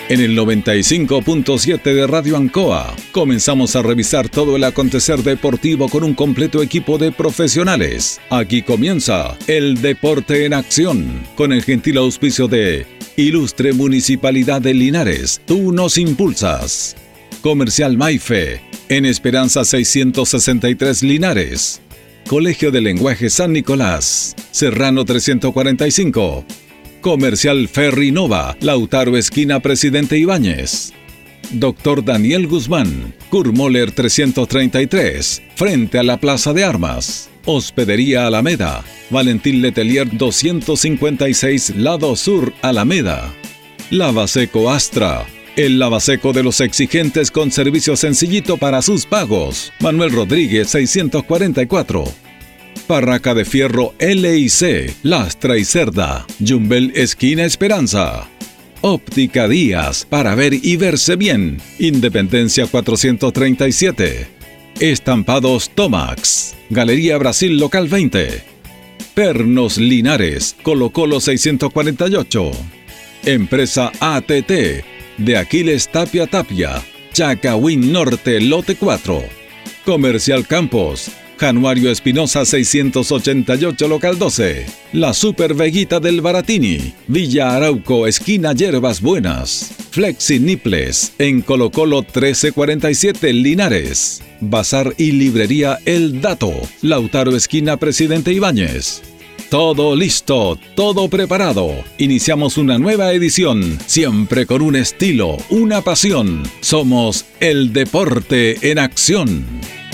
En el 95.7 de Radio Ancoa, comenzamos a revisar todo el acontecer deportivo con un completo equipo de profesionales. Aquí comienza el Deporte en Acción, con el gentil auspicio de Ilustre Municipalidad de Linares, tú nos impulsas. Comercial Maife, en Esperanza 663 Linares. Colegio de Lenguaje San Nicolás, Serrano 345. Comercial Ferry Nova, Lautaro esquina Presidente Ibáñez. Dr. Daniel Guzmán, Kurmoller 333, frente a la Plaza de Armas. Hospedería Alameda, Valentín Letelier 256, lado sur, Alameda. Lavaseco Astra, el lavaseco de los exigentes con servicio sencillito para sus pagos. Manuel Rodríguez 644. Barraca de Fierro LIC, Lastra y Cerda, Yumbel esquina Esperanza. Óptica Díaz, para ver y verse bien, Independencia 437. Estampados Tomax, Galería Brasil Local 20. Pernos Linares, Colo Colo 648. Empresa ATT, de Aquiles Tapia Tapia, Chacahuín Norte Lote 4. Comercial Campos, Januario Espinosa 688 Local 12. La Super Veguita del Baratini, Villa Arauco esquina Yerbas Buenas. Flexi Niples en Colo Colo 1347 Linares. Bazar y Librería El Dato, Lautaro esquina Presidente Ibáñez. Todo listo, todo preparado. Iniciamos una nueva edición, siempre con un estilo, una pasión. Somos el Deporte en Acción.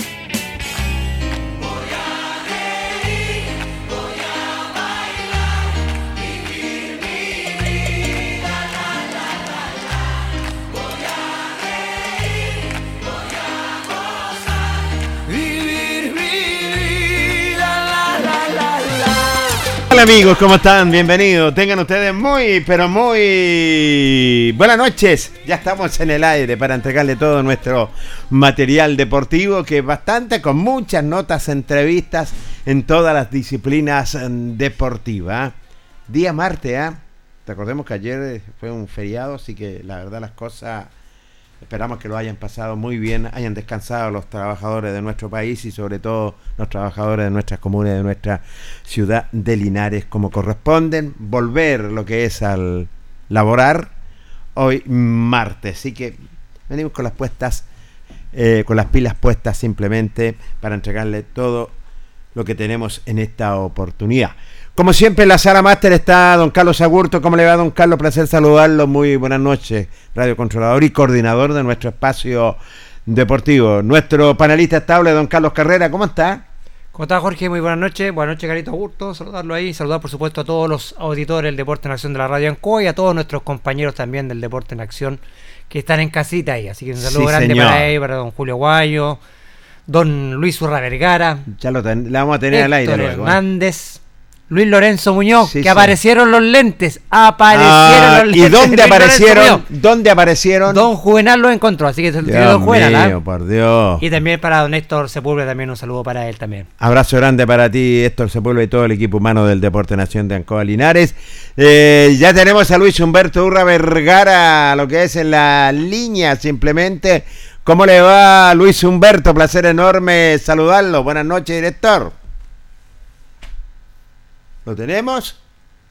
Hola amigos, ¿cómo están? Bienvenidos. Tengan ustedes muy, pero muy buenas noches. Ya estamos en el aire para entregarle todo nuestro material deportivo, que es bastante, con muchas notas, entrevistas en todas las disciplinas deportivas. Día martes, recordemos que ayer fue un feriado, así que la verdad las cosas, esperamos que lo hayan pasado muy bien, hayan descansado los trabajadores de nuestro país y sobre todo los trabajadores de nuestras comunas, de nuestra ciudad de Linares, como corresponden, volver lo que es al laborar hoy martes. Así que venimos con las pilas puestas simplemente para entregarle todo lo que tenemos en esta oportunidad. Como siempre en la sala máster está don Carlos Agurto. ¿Cómo le va, don Carlos? Placer saludarlo. Muy buenas noches, radiocontrolador y coordinador de nuestro espacio deportivo. Nuestro panelista estable, don Carlos Carrera. ¿Cómo está? ¿Cómo está, Jorge? Muy buenas noches. Buenas noches, Carito Agurto. Saludarlo ahí. Saludar, por supuesto, a todos los auditores del Deporte en Acción de la Radio Ancoa y a todos nuestros compañeros también del Deporte en Acción que están en casita ahí. Así que un saludo grande, señor, para él, para don Julio Guayo, don Luis Urra Vergara. Ya le vamos a tener al aire luego. Hernández. Luis Lorenzo Muñoz, sí, que aparecieron los lentes. Aparecieron los lentes. ¿Y dónde aparecieron? ¿Dónde aparecieron? Don Juvenal los encontró, así que se lo Dios Juvenal. Mío, por Dios. Y también para don Héctor Sepúlveda, también un saludo para él también. Abrazo grande para ti, Héctor Sepúlveda, y todo el equipo humano del Deporte Nación de Ancoa Linares. Ya tenemos a Luis Humberto Urra Vergara, lo que es en la línea simplemente. ¿Cómo le va, Luis Humberto? Placer enorme saludarlo. Buenas noches, director. ¿Lo tenemos?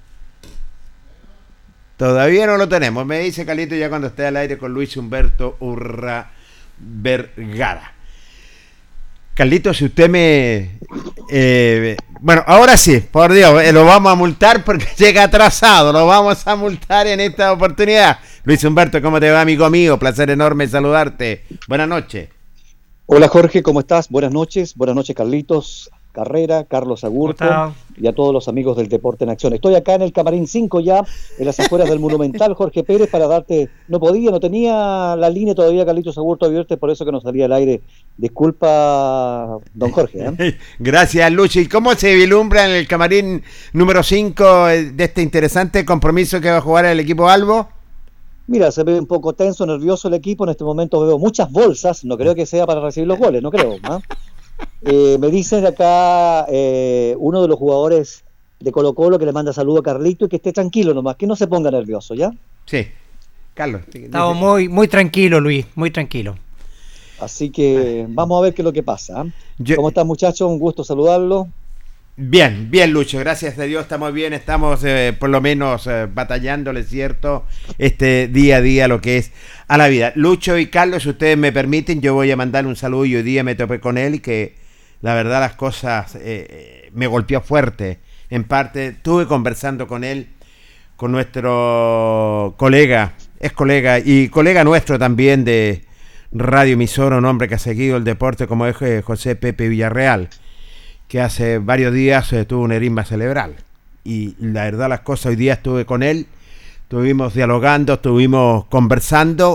Todavía no lo tenemos. Me dice Calito ya cuando esté al aire con Luis Humberto Urra Vergara. Carlito, si usted me... bueno, ahora sí, por Dios, lo vamos a multar porque llega atrasado. Lo vamos a multar en esta oportunidad. Luis Humberto, ¿cómo te va, amigo mío? Placer enorme saludarte. Buenas noches. Hola, Jorge, ¿cómo estás? Buenas noches, Carlitos Carrera, Carlos Agurto y a todos los amigos del Deporte en Acción. Estoy acá en el Camarín 5 ya, en las afueras del Monumental, Jorge Pérez, para darte... No tenía la línea todavía, Carlitos Agurto, abierta, por eso que no salía al aire. Disculpa, don Jorge. Gracias, Luchi. ¿Y cómo se vislumbra en el Camarín número 5 de este interesante compromiso que va a jugar el equipo Albo? Mira, se ve un poco tenso, nervioso el equipo. En este momento veo muchas bolsas, no creo que sea para recibir los goles, no creo, ¿no? Me dicen acá uno de los jugadores de Colo Colo que le manda saludo a Carlito y que esté tranquilo nomás, que no se ponga nervioso, ¿ya? Sí. Carlos. Estamos muy tranquilos, Luis, muy tranquilos. Así que vamos a ver qué es lo que pasa. ¿Cómo están, muchachos? Un gusto saludarlo. Bien, Lucho, gracias a Dios estamos bien, estamos por lo menos batallándole, ¿cierto? Día a día lo que es a la vida. Lucho y Carlos, si ustedes me permiten, yo voy a mandarle un saludo y hoy día me topé con él y que la verdad las cosas me golpeó fuerte. En parte, estuve conversando con él, con nuestro colega, ex colega y colega nuestro también de Radio Emisora, un hombre que ha seguido el deporte como es José Pepe Villarreal, que hace varios días tuvo un erisma cerebral. Y la verdad las cosas, hoy día estuve con él, estuvimos dialogando, estuvimos conversando,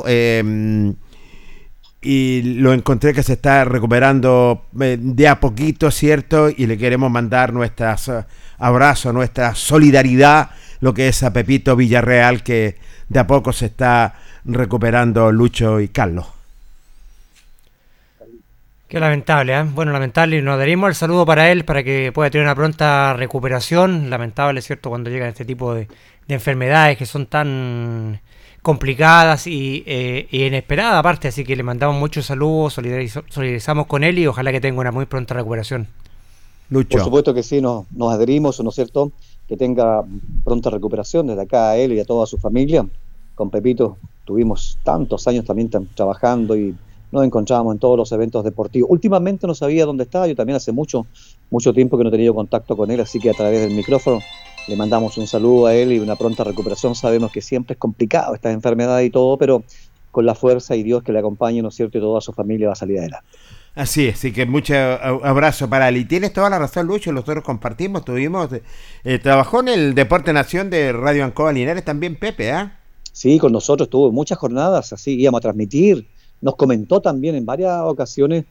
y lo encontré que se está recuperando de a poquito, ¿cierto? Y le queremos mandar nuestros abrazos, nuestra solidaridad, lo que es a Pepito Villarreal, que de a poco se está recuperando, Lucho y Carlos. Qué lamentable, ¿eh? Bueno, lamentable, y nos adherimos al saludo para él, para que pueda tener una pronta recuperación. Lamentable, ¿cierto?, cuando llegan este tipo de enfermedades que son tan complicadas y inesperadas aparte, así que le mandamos muchos saludos, solidarizamos con él y ojalá que tenga una muy pronta recuperación. Lucho. Por supuesto que sí, nos adherimos, ¿no es cierto?, que tenga pronta recuperación desde acá a él y a toda su familia. Con Pepito tuvimos tantos años también trabajando y nos encontrábamos en todos los eventos deportivos. Últimamente no sabía dónde estaba, yo también hace mucho tiempo que no he tenido contacto con él, así que a través del micrófono le mandamos un saludo a él y una pronta recuperación. Sabemos que siempre es complicado esta enfermedad y todo, pero con la fuerza y Dios que le acompañe, ¿no es cierto?, y toda su familia va a salir adelante. Así es, así que mucho abrazo para él. Y tienes toda la razón, Lucho, nosotros compartimos, trabajó en el Deporte Nación de Radio Ancoa Linares también Pepe, ¿ah? Sí, con nosotros tuvo muchas jornadas, así íbamos a transmitir, nos comentó también en varias ocasiones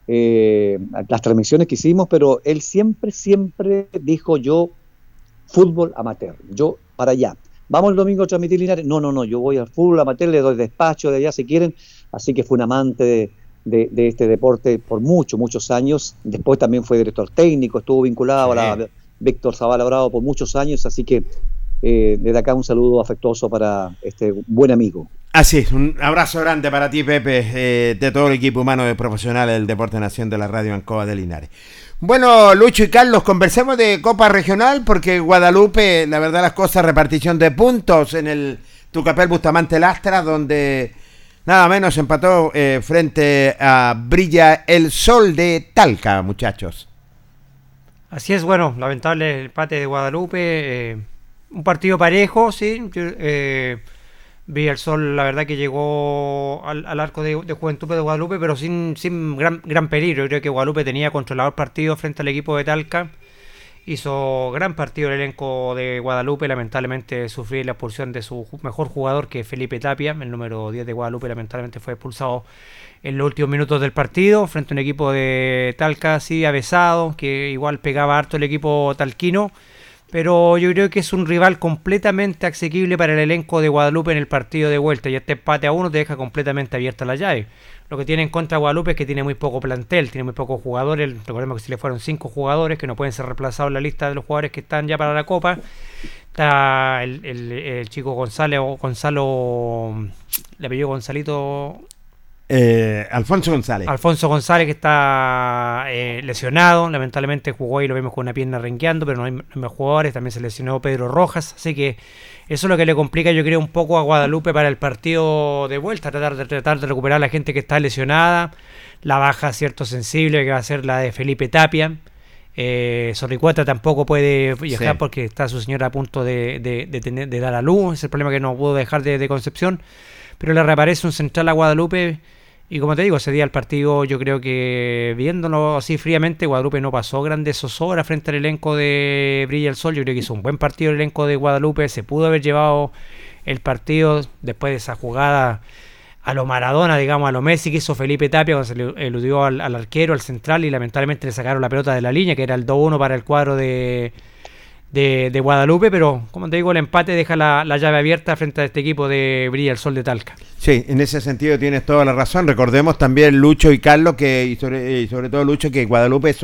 las transmisiones que hicimos, pero él siempre dijo: yo fútbol amateur, yo para allá. Vamos el domingo a transmitir Linares. No, yo voy al fútbol amateur, le doy despacho de allá si quieren. Así que fue un amante de este deporte por muchos años. Después también fue director técnico, estuvo vinculado a la Víctor Zavala Bravo por muchos años. Así que desde acá un saludo afectuoso para este buen amigo. Así es, un abrazo grande para ti, Pepe, de todo el equipo humano de profesionales del Deporte Nación de la Radio Ancoa de Linares. Bueno, Lucho y Carlos, conversemos de Copa Regional, porque Guadalupe, la verdad las cosas, repartición de puntos en el Tucapel Bustamante Lastra, donde nada menos empató frente a Brilla el Sol de Talca, muchachos. Así es, bueno, lamentable el empate de Guadalupe, un partido parejo, sí, Brilla el Sol, la verdad que llegó al arco de Juventud de Guadalupe, pero sin gran peligro. Yo creo que Guadalupe tenía controlado el partido frente al equipo de Talca. Hizo gran partido el elenco de Guadalupe. Lamentablemente sufrió la expulsión de su mejor jugador, que es Felipe Tapia. El número 10 de Guadalupe lamentablemente fue expulsado en los últimos minutos del partido frente a un equipo de Talca así avesado, que igual pegaba harto el equipo talquino. Pero yo creo que es un rival completamente asequible para el elenco de Guadalupe en el partido de vuelta. Y este empate a 1 te deja completamente abierta la llave. Lo que tiene en contra Guadalupe es que tiene muy poco plantel, tiene muy pocos jugadores. Recordemos que si le fueron 5 jugadores que no pueden ser reemplazados en la lista de los jugadores que están ya para la Copa. Está el chico Gonzalo, le apellido Gonzalito... Alfonso González, que está lesionado, lamentablemente jugó y lo vemos con una pierna renqueando, pero no hay más jugadores. También se lesionó Pedro Rojas, así que eso es lo que le complica, yo creo, un poco a Guadalupe para el partido de vuelta, tratar de recuperar a la gente que está lesionada, la baja cierto sensible que va a ser la de Felipe Tapia. Sorricueta tampoco puede viajar porque está su señora a punto de dar a luz, es el problema que no pudo dejar de Concepción, pero le reaparece un central a Guadalupe. Y como te digo, ese día el partido, yo creo que viéndolo así fríamente, Guadalupe no pasó grandes zozobras frente al elenco de Brilla el Sol. Yo creo que hizo un buen partido el elenco de Guadalupe, se pudo haber llevado el partido después de esa jugada a lo Maradona, digamos, a lo Messi que hizo Felipe Tapia cuando se le eludió al arquero, al central, y lamentablemente le sacaron la pelota de la línea, que era el 2-1 para el cuadro de Guadalupe, pero como te digo, el empate deja la llave abierta frente a este equipo de Brilla el Sol de Talca. Sí, en ese sentido tienes toda la razón. Recordemos también, Lucho y Carlos, y sobre todo Lucho, que Guadalupe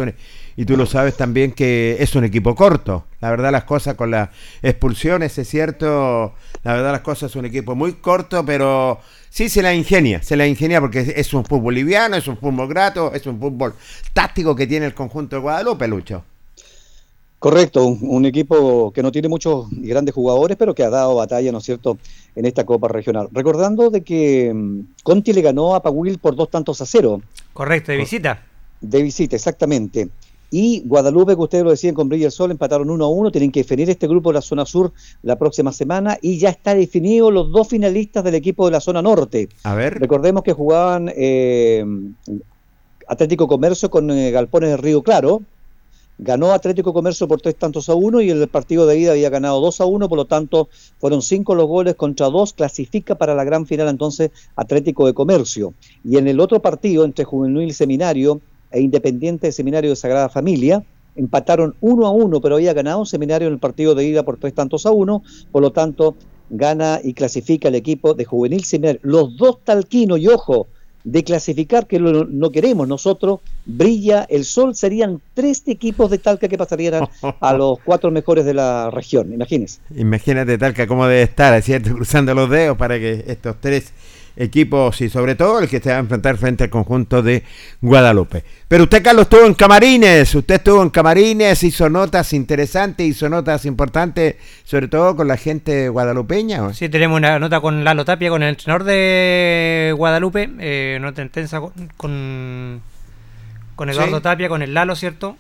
y tú lo sabes también que es un equipo corto. La verdad las cosas con las expulsiones, es cierto, la verdad las cosas es un equipo muy corto, pero sí se la ingenia porque es un fútbol liviano, es un fútbol grato, es un fútbol táctico que tiene el conjunto de Guadalupe, Lucho. Correcto, un equipo que no tiene muchos grandes jugadores, pero que ha dado batalla, ¿no es cierto?, en esta Copa Regional. Recordando de que Conti le ganó a Paguil por 2-0. Correcto, de visita. De visita, exactamente. Y Guadalupe, que ustedes lo decían con Brilla el Sol, empataron 1-1, tienen que definir este grupo de la zona sur la próxima semana, y ya está definido los 2 finalistas del equipo de la zona norte. A ver. Recordemos que jugaban Atlético Comercio con Galpones de Río Claro. Ganó Atlético Comercio por 3-1 y el partido de ida había ganado 2-1, por lo tanto fueron 5 los goles contra 2, clasifica para la gran final entonces Atlético de Comercio. Y en el otro partido entre Juvenil Seminario e Independiente Seminario de Sagrada Familia, empataron 1-1, pero había ganado Seminario en el partido de ida por 3-1, por lo tanto gana y clasifica el equipo de Juvenil Seminario. Los 2 talquinos, y ojo, de clasificar, que no queremos nosotros, Brilla el Sol, serían 3 equipos de Talca que pasarían a los 4 mejores de la región, imagínense. Imagínate Talca cómo debe estar, ¿cierto? Cruzando los dedos para que estos 3 equipos, y sobre todo el que se va a enfrentar frente al conjunto de Guadalupe. Pero usted, Carlos, estuvo en camarines, hizo notas interesantes, hizo notas importantes, sobre todo con la gente guadalupeña, ¿o? Sí, tenemos una nota con Lalo Tapia, con el entrenador de Guadalupe, nota intensa con Eduardo ¿sí? Tapia, con el Lalo, ¿cierto?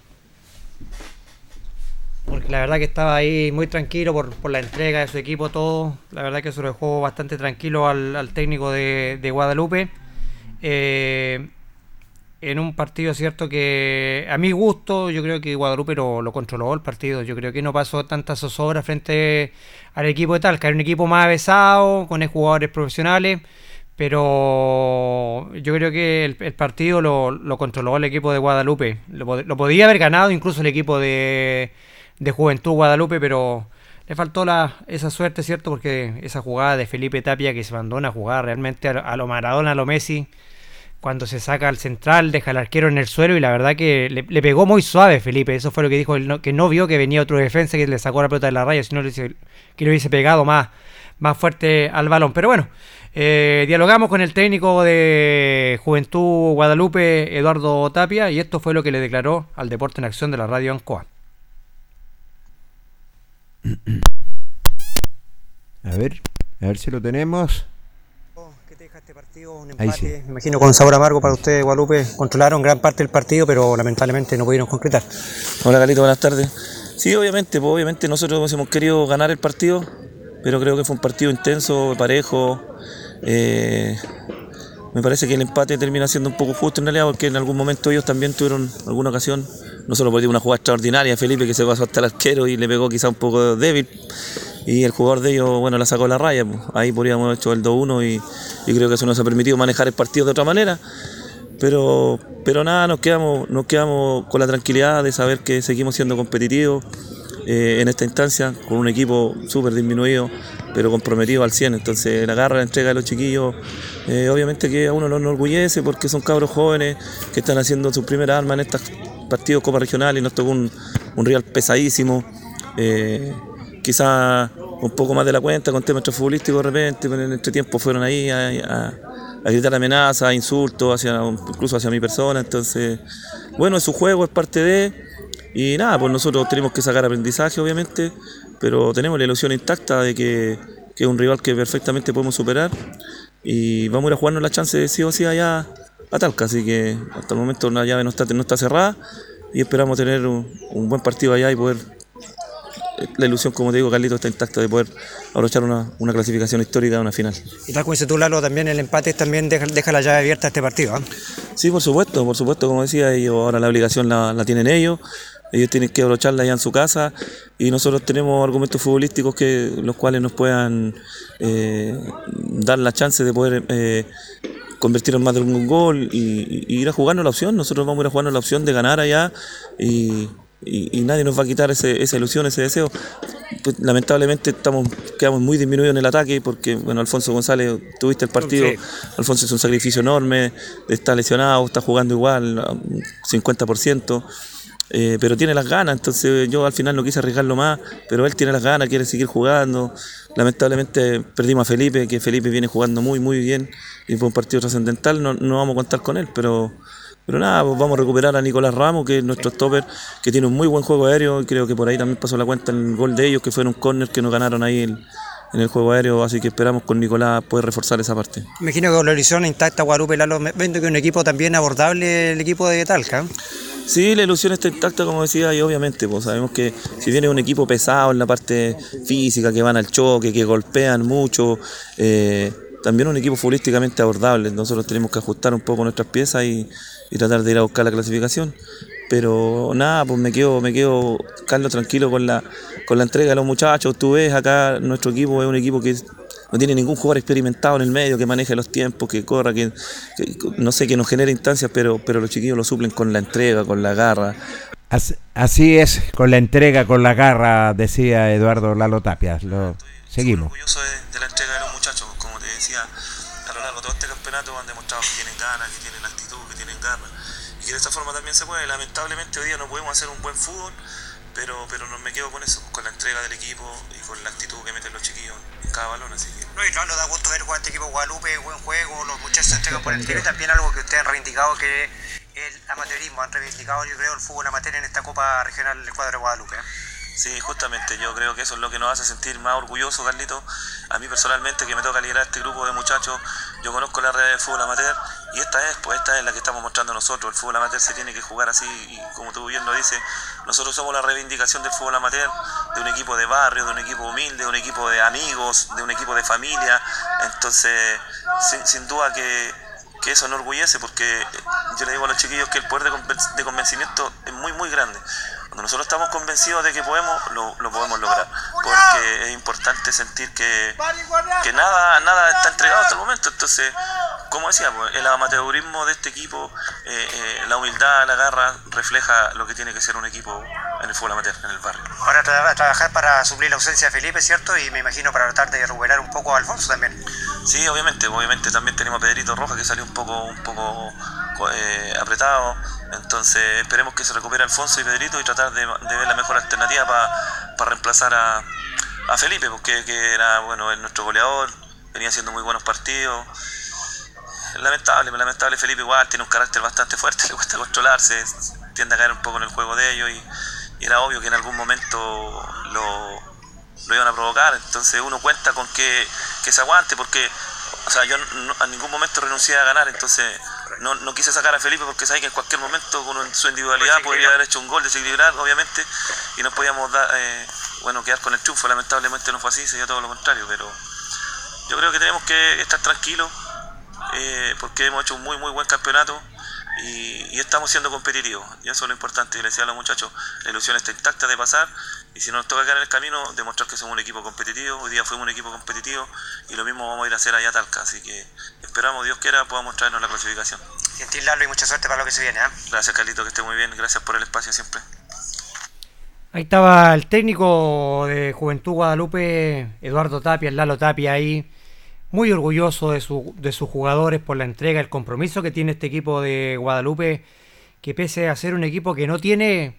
Porque la verdad que estaba ahí muy tranquilo por la entrega de su equipo, todo. La verdad que se lo dejó bastante tranquilo al técnico de Guadalupe. En un partido, cierto, que a mi gusto, yo creo que Guadalupe lo controló el partido. Yo creo que no pasó tantas zozobras frente al equipo de Talca. Era un equipo más avesado, con jugadores profesionales. Pero yo creo que el partido lo controló el equipo de Guadalupe. Lo podía haber ganado incluso el equipo de Juventud Guadalupe, pero le faltó esa suerte, ¿cierto? Porque esa jugada de Felipe Tapia, que se mandó una jugada realmente a lo Maradona, a lo Messi, cuando se saca al central, deja al arquero en el suelo, y la verdad que le pegó muy suave Felipe. Eso fue lo que dijo, que no vio que venía otro defensa que le sacó la pelota de la raya, sino que le hubiese pegado más fuerte al balón. Pero bueno, dialogamos con el técnico de Juventud Guadalupe, Eduardo Tapia, y esto fue lo que le declaró al Deporte en Acción de la Radio Ancoa. A ver si lo tenemos. ¿Qué te deja este partido? Un empate, sí. Me imagino con sabor amargo para ustedes, Guadalupe. Controlaron gran parte del partido, pero lamentablemente no pudieron concretar. Hola, Carlito, buenas tardes. Sí, obviamente nosotros hemos querido ganar el partido, pero creo que fue un partido intenso, parejo. Me parece que el empate termina siendo un poco justo en realidad, porque en algún momento ellos también tuvieron alguna ocasión. Nosotros perdimos una jugada extraordinaria, Felipe, que se pasó hasta el arquero y le pegó quizá un poco débil, y el jugador de ellos, la sacó a la raya. Ahí podríamos haber hecho el 2-1 y creo que eso nos ha permitido manejar el partido de otra manera, pero nada, nos quedamos con la tranquilidad de saber que seguimos siendo competitivos en esta instancia, con un equipo súper disminuido, pero comprometido al 100. Entonces la garra, la entrega de los chiquillos, obviamente que a uno nos enorgullece, porque son cabros jóvenes que están haciendo su primera arma en estos partidos Copa Regional, y nos tocó un rival pesadísimo, quizá un poco más de la cuenta con temas futbolísticos de repente, pero en este tiempo fueron ahí a gritar amenazas, insultos, incluso hacia mi persona. Entonces, es su juego, es parte de... Y nada, pues nosotros tenemos que sacar aprendizaje, obviamente, pero tenemos la ilusión intacta de que es un rival que perfectamente podemos superar, y vamos a ir a jugarnos la chance de sí o sí allá a Talca. Así que hasta el momento la llave no está cerrada, y esperamos tener un buen partido allá y poder... La ilusión, como te digo, Carlito, está intacta de poder abrochar una clasificación histórica de una final. Y tal como dice tú, Lalo, también el empate también deja la llave abierta a este partido, ¿eh? Sí, por supuesto, como decía, ellos ahora la obligación la tienen ellos tienen que abrocharla allá en su casa, y nosotros tenemos argumentos futbolísticos los cuales nos puedan dar la chance de poder convertir en más de un gol y ir a jugarnos la opción. Nosotros vamos a ir a jugarnos la opción de ganar allá, y nadie nos va a quitar esa ilusión, ese deseo. Pues, lamentablemente quedamos muy disminuidos en el ataque, porque Alfonso González, tuviste el partido, sí. Alfonso es un sacrificio enorme, está lesionado, está jugando igual, 50%. pero tiene las ganas, entonces yo al final no quise arriesgarlo más, pero él tiene las ganas, quiere seguir jugando. Lamentablemente perdimos a Felipe, que Felipe viene jugando muy muy bien y fue un partido trascendental, no vamos a contar con él, pero nada, pues vamos a recuperar a Nicolás Ramos, que es nuestro stopper, que tiene un muy buen juego aéreo, y creo que por ahí también pasó la cuenta en el gol de ellos, que fue en un córner que nos ganaron ahí en el juego aéreo, así que esperamos con Nicolás poder reforzar esa parte. Me imagino que con la ilusión intacta Guadalupe, Lalo, viendo que es un equipo también abordable, el equipo de Talca. Sí, la ilusión está intacta, como decía, y obviamente pues sabemos que si viene un equipo pesado en la parte física, que van al choque, que golpean mucho, también un equipo futbolísticamente abordable. Nosotros tenemos que ajustar un poco nuestras piezas y tratar de ir a buscar la clasificación. Pero nada, pues me quedo Carlos, tranquilo con la entrega de los muchachos. Tú ves acá, nuestro equipo es un equipo que no tiene ningún jugador experimentado en el medio, que maneje los tiempos, que corra, que no sé, que nos genere instancias, pero los chiquillos lo suplen con la entrega, con la garra. Así es, con la entrega, con la garra, decía Eduardo Lalo Tapia. Seguimos. Estoy orgulloso de la entrega de los muchachos, como te decía, a lo largo de todo este campeonato han demostrado que tienen ganas, que tienen actitud, que tienen garra, y que de esta forma también se puede. Lamentablemente hoy día no podemos hacer un buen fútbol, pero no me quedo con eso, con la entrega del equipo y con la actitud que meten los chiquillos en cada balón, así que... No, y claro, da gusto ver jugar este equipo Guadalupe, buen juego, los muchachos se entregan por entrega, y también algo que ustedes han reivindicado, que el amateurismo, han reivindicado, yo creo, el fútbol amateur en esta Copa Regional del cuadro de Guadalupe. Sí, justamente, yo creo que eso es lo que nos hace sentir más orgullosos, Carlito. A mí personalmente, que me toca liderar este grupo de muchachos, yo conozco la realidad del fútbol amateur, y esta es la que estamos mostrando nosotros. El fútbol amateur se tiene que jugar así, y como tú bien lo dices, nosotros somos la reivindicación del fútbol amateur, de un equipo de barrio, de un equipo humilde, de un equipo de amigos, de un equipo de familia. Entonces, sin duda que eso nos enorgullece, porque yo le digo a los chiquillos que el poder de convencimiento es muy muy grande. Cuando nosotros estamos convencidos de que podemos, lo podemos lograr, porque es importante sentir que nada está entregado hasta el momento. Entonces, como decía, pues, el amateurismo de este equipo, la humildad, la garra, refleja lo que tiene que ser un equipo en el fútbol amateur, en el barrio. Ahora trabajar para suplir la ausencia de Felipe, ¿cierto? Y me imagino para tratar de recuperar un poco a Alfonso también. Sí, obviamente también tenemos a Pedrito Rojas, que salió un poco apretado. Entonces esperemos que se recupere Alfonso y Pedrito, y tratar de ver la mejor alternativa para reemplazar a Felipe, porque que era nuestro goleador, venía haciendo muy buenos partidos. Lamentable, Felipe igual tiene un carácter bastante fuerte, le cuesta controlarse, tiende a caer un poco en el juego de ellos, y era obvio que en algún momento lo iban a provocar. Entonces uno cuenta con que se aguante, porque yo a ningún momento renuncié a ganar, entonces no quise sacar a Felipe, porque sabía que en cualquier momento con su individualidad podría haber hecho un gol, desequilibrar obviamente, y nos podíamos quedar con el triunfo. Lamentablemente no fue así, se dio todo lo contrario, pero yo creo que tenemos que estar tranquilos, porque hemos hecho un muy muy buen campeonato, y estamos siendo competitivos, y eso es lo importante. Y le decía a los muchachos, la ilusión está intacta de pasar, y si nos toca quedar en el camino, demostrar que somos un equipo competitivo. Hoy día fuimos un equipo competitivo, y lo mismo vamos a ir a hacer allá a Talca, así que esperamos, Dios quiera, podamos traernos la clasificación. Gentil, Lalo, y mucha suerte para lo que se viene, ¿eh? Gracias, Carlito, que esté muy bien, gracias por el espacio siempre. Ahí estaba el técnico de Juventud Guadalupe, Eduardo Tapia, el Lalo Tapia, ahí muy orgulloso de sus jugadores por la entrega, el compromiso que tiene este equipo de Guadalupe, que pese a ser un equipo que no tiene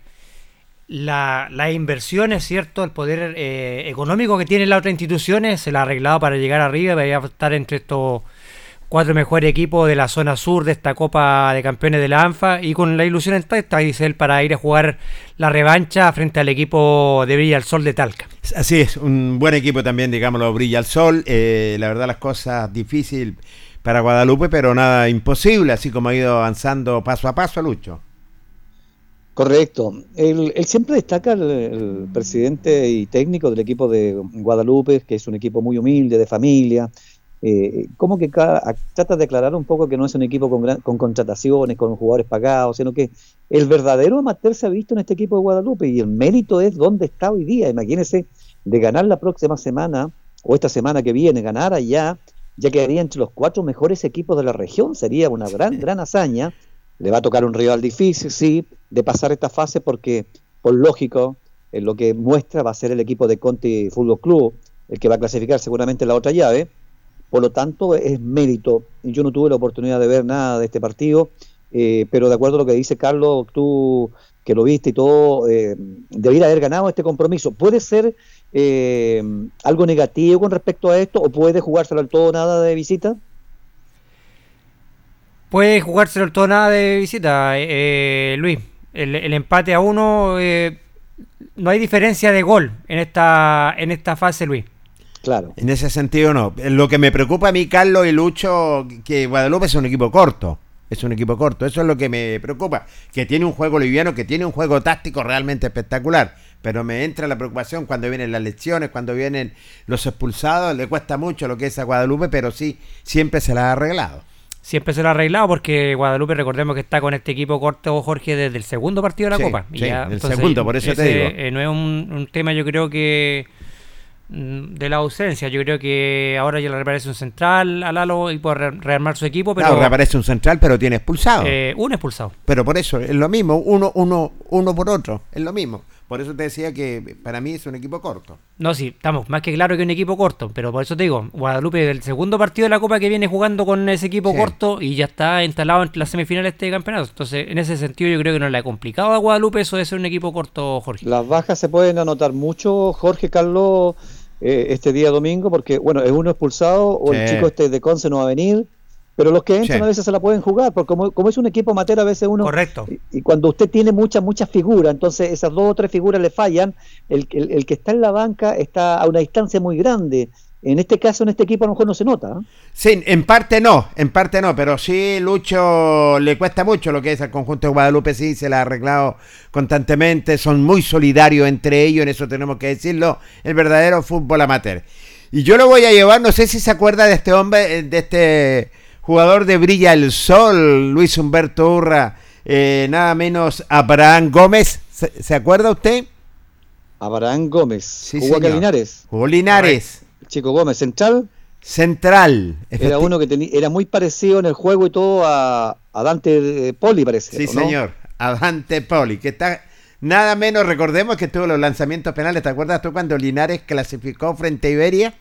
las inversiones, ¿cierto?, el poder económico que tienen las otras instituciones, se la ha arreglado para llegar arriba, para estar entre estos 4 mejores equipos de la zona sur de esta Copa de Campeones de la ANFA, y con la ilusión intacta, dice él, para ir a jugar la revancha frente al equipo de Brilla al Sol de Talca. Así es, un buen equipo también, digámoslo, Brilla al Sol. La verdad, las cosas difíciles para Guadalupe, pero nada imposible, así como ha ido avanzando paso a paso, Lucho. Correcto. Él siempre destaca, el presidente y técnico del equipo de Guadalupe, que es un equipo muy humilde, de familia. Como que trata de aclarar un poco que no es un equipo con contrataciones, con jugadores pagados, sino que el verdadero amateur se ha visto en este equipo de Guadalupe, y el mérito es donde está hoy día. Imagínense, de ganar la próxima semana o esta semana que viene, ganar allá, ya quedaría entre los 4 mejores equipos de la región. Sería una gran hazaña. Le va a tocar un rival difícil, sí, de pasar esta fase, porque por lógico lo que muestra va a ser el equipo de Conti Fútbol Club, el que va a clasificar seguramente en la otra llave. Por lo tanto, es mérito. Yo no tuve la oportunidad de ver nada de este partido, pero de acuerdo a lo que dice Carlos, tú que lo viste y todo, debería haber ganado este compromiso. ¿Puede ser algo negativo con respecto a esto o puede jugárselo al todo o nada de visita? Puede jugárselo al todo o nada de visita, Luis. El empate a 1, no hay diferencia de gol en esta fase, Luis. Claro. En ese sentido no. Lo que me preocupa a mí, Carlos y Lucho, que Guadalupe es un equipo corto. Es un equipo corto, eso es lo que me preocupa, que tiene un juego liviano, que tiene un juego táctico realmente espectacular, pero me entra la preocupación cuando vienen las lesiones, cuando vienen los expulsados, le cuesta mucho lo que es a Guadalupe, pero sí, siempre se la ha arreglado. Siempre se lo ha arreglado porque Guadalupe, recordemos que está con este equipo corto, Jorge, desde el segundo partido de la Copa. Sí, el segundo, por eso te digo. No es un tema, yo creo que de la ausencia, yo creo que ahora ya le reaparece un central a Lalo y puede rearmar su equipo, pero claro, reaparece un central, pero tiene expulsado. Un expulsado. Pero por eso, es lo mismo, uno por otro, es lo mismo. Por eso te decía que para mí es un equipo corto. No, sí, estamos más que claro que un equipo corto, pero por eso te digo, Guadalupe del segundo partido de la Copa que viene jugando con ese equipo corto y ya está instalado en las semifinales de este campeonato. Entonces, en ese sentido yo creo que no le ha complicado a Guadalupe eso de ser un equipo corto, Jorge. Las bajas se pueden anotar mucho, Jorge, Carlos, este día domingo, porque bueno, es uno expulsado o el chico de Conce no va a venir, pero los que entran a veces se la pueden jugar, porque como es un equipo amateur a veces uno... Correcto. Y cuando usted tiene muchas figuras, entonces esas 2 o 3 figuras le fallan, el que está en la banca está a una distancia muy grande. En este caso, en este equipo a lo mejor no se nota. Sí, en parte no, pero sí, Lucho, le cuesta mucho lo que es al conjunto de Guadalupe, sí, se la ha arreglado constantemente, son muy solidarios entre ellos, en eso tenemos que decirlo, el verdadero fútbol amateur. Y yo lo voy a llevar, no sé si se acuerda de este hombre, de este jugador de Brilla el Sol, Luis Humberto Urra, nada menos Abraham Gómez, ¿se acuerda usted? Abraham Gómez, sí, jugó acá en Linares. Jugó Linares. Chico Gómez, central. Era uno que era muy parecido en el juego y todo a Dante Poli, parece. Sí, ¿no? señor, a Dante Poli, que está nada menos, recordemos que tuvo los lanzamientos penales. ¿Te acuerdas tú cuando Linares clasificó frente a Iberia?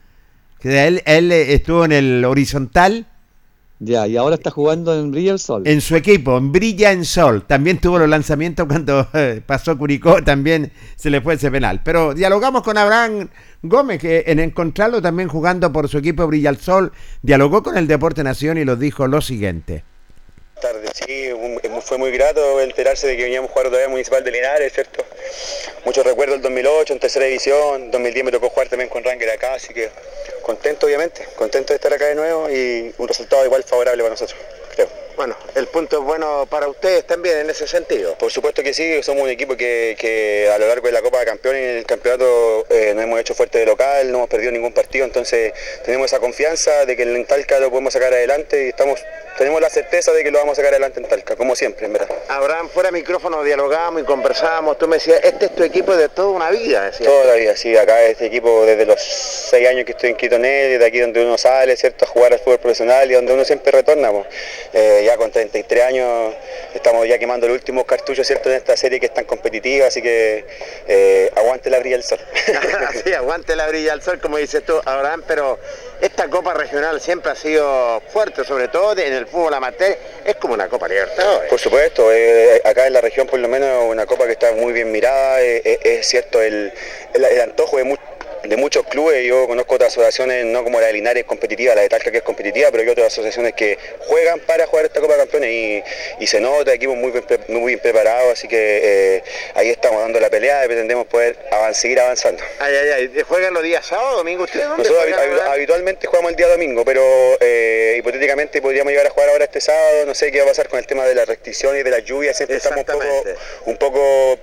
Que él estuvo en el horizontal. Ya, y ahora está jugando en Brilla el Sol. En su equipo, en Brilla en Sol. También tuvo los lanzamientos cuando pasó Curicó, también se le fue ese penal. Pero dialogamos con Abraham Gómez, que en encontrarlo también jugando por su equipo Brilla el Sol, dialogó con el Deporte Nación y nos dijo lo siguiente. Tarde, sí, fue muy grato enterarse de que veníamos a jugar otra vez Municipal de Linares, ¿cierto? Muchos recuerdos del 2008 en tercera división, 2010 me tocó jugar también con Ranger acá, así que contento obviamente, contento de estar acá de nuevo y un resultado igual favorable para nosotros, creo. Bueno, el punto es bueno para ustedes también en ese sentido. Por supuesto que sí, somos un equipo que a lo largo de la Copa de Campeones y en el campeonato nos hemos hecho fuerte de local, no hemos perdido ningún partido, entonces tenemos esa confianza de que en Talca lo podemos sacar adelante y tenemos la certeza de que lo vamos a sacar adelante en Talca, como siempre, en verdad. Abraham, fuera micrófono dialogamos y conversábamos, tú me decías, este es tu equipo de toda una vida, decías. Toda la vida, sí, acá este equipo desde los 6 años que estoy inscrito en él, desde aquí donde uno sale, ¿cierto?, a jugar al fútbol profesional y donde uno siempre retorna, pues. Ya con 33 años estamos ya quemando los últimos cartuchos, ¿cierto?, en esta serie que es tan competitiva, así que aguante la Brilla del Sol. Sí, aguante la Brilla del Sol, como dices tú, Abraham, pero esta Copa Regional siempre ha sido fuerte, sobre todo en el fútbol amateur, es como una Copa Libertadores. Por supuesto, acá en la región por lo menos una Copa que está muy bien mirada, es cierto el antojo de muchos clubes. Yo conozco otras asociaciones, no como la de Linares competitiva, la de Talca que es competitiva, pero hay otras asociaciones que juegan para jugar esta Copa de Campeones y se nota, equipos muy bien preparados, así que ahí estamos dando la pelea y pretendemos poder seguir avanzando. ¿Juegan los días sábado, domingo ustedes? Nosotros habitualmente jugamos el día domingo, pero hipotéticamente podríamos llegar a jugar ahora este sábado, no sé qué va a pasar con el tema de las restricciones y de las lluvias, siempre estamos un poco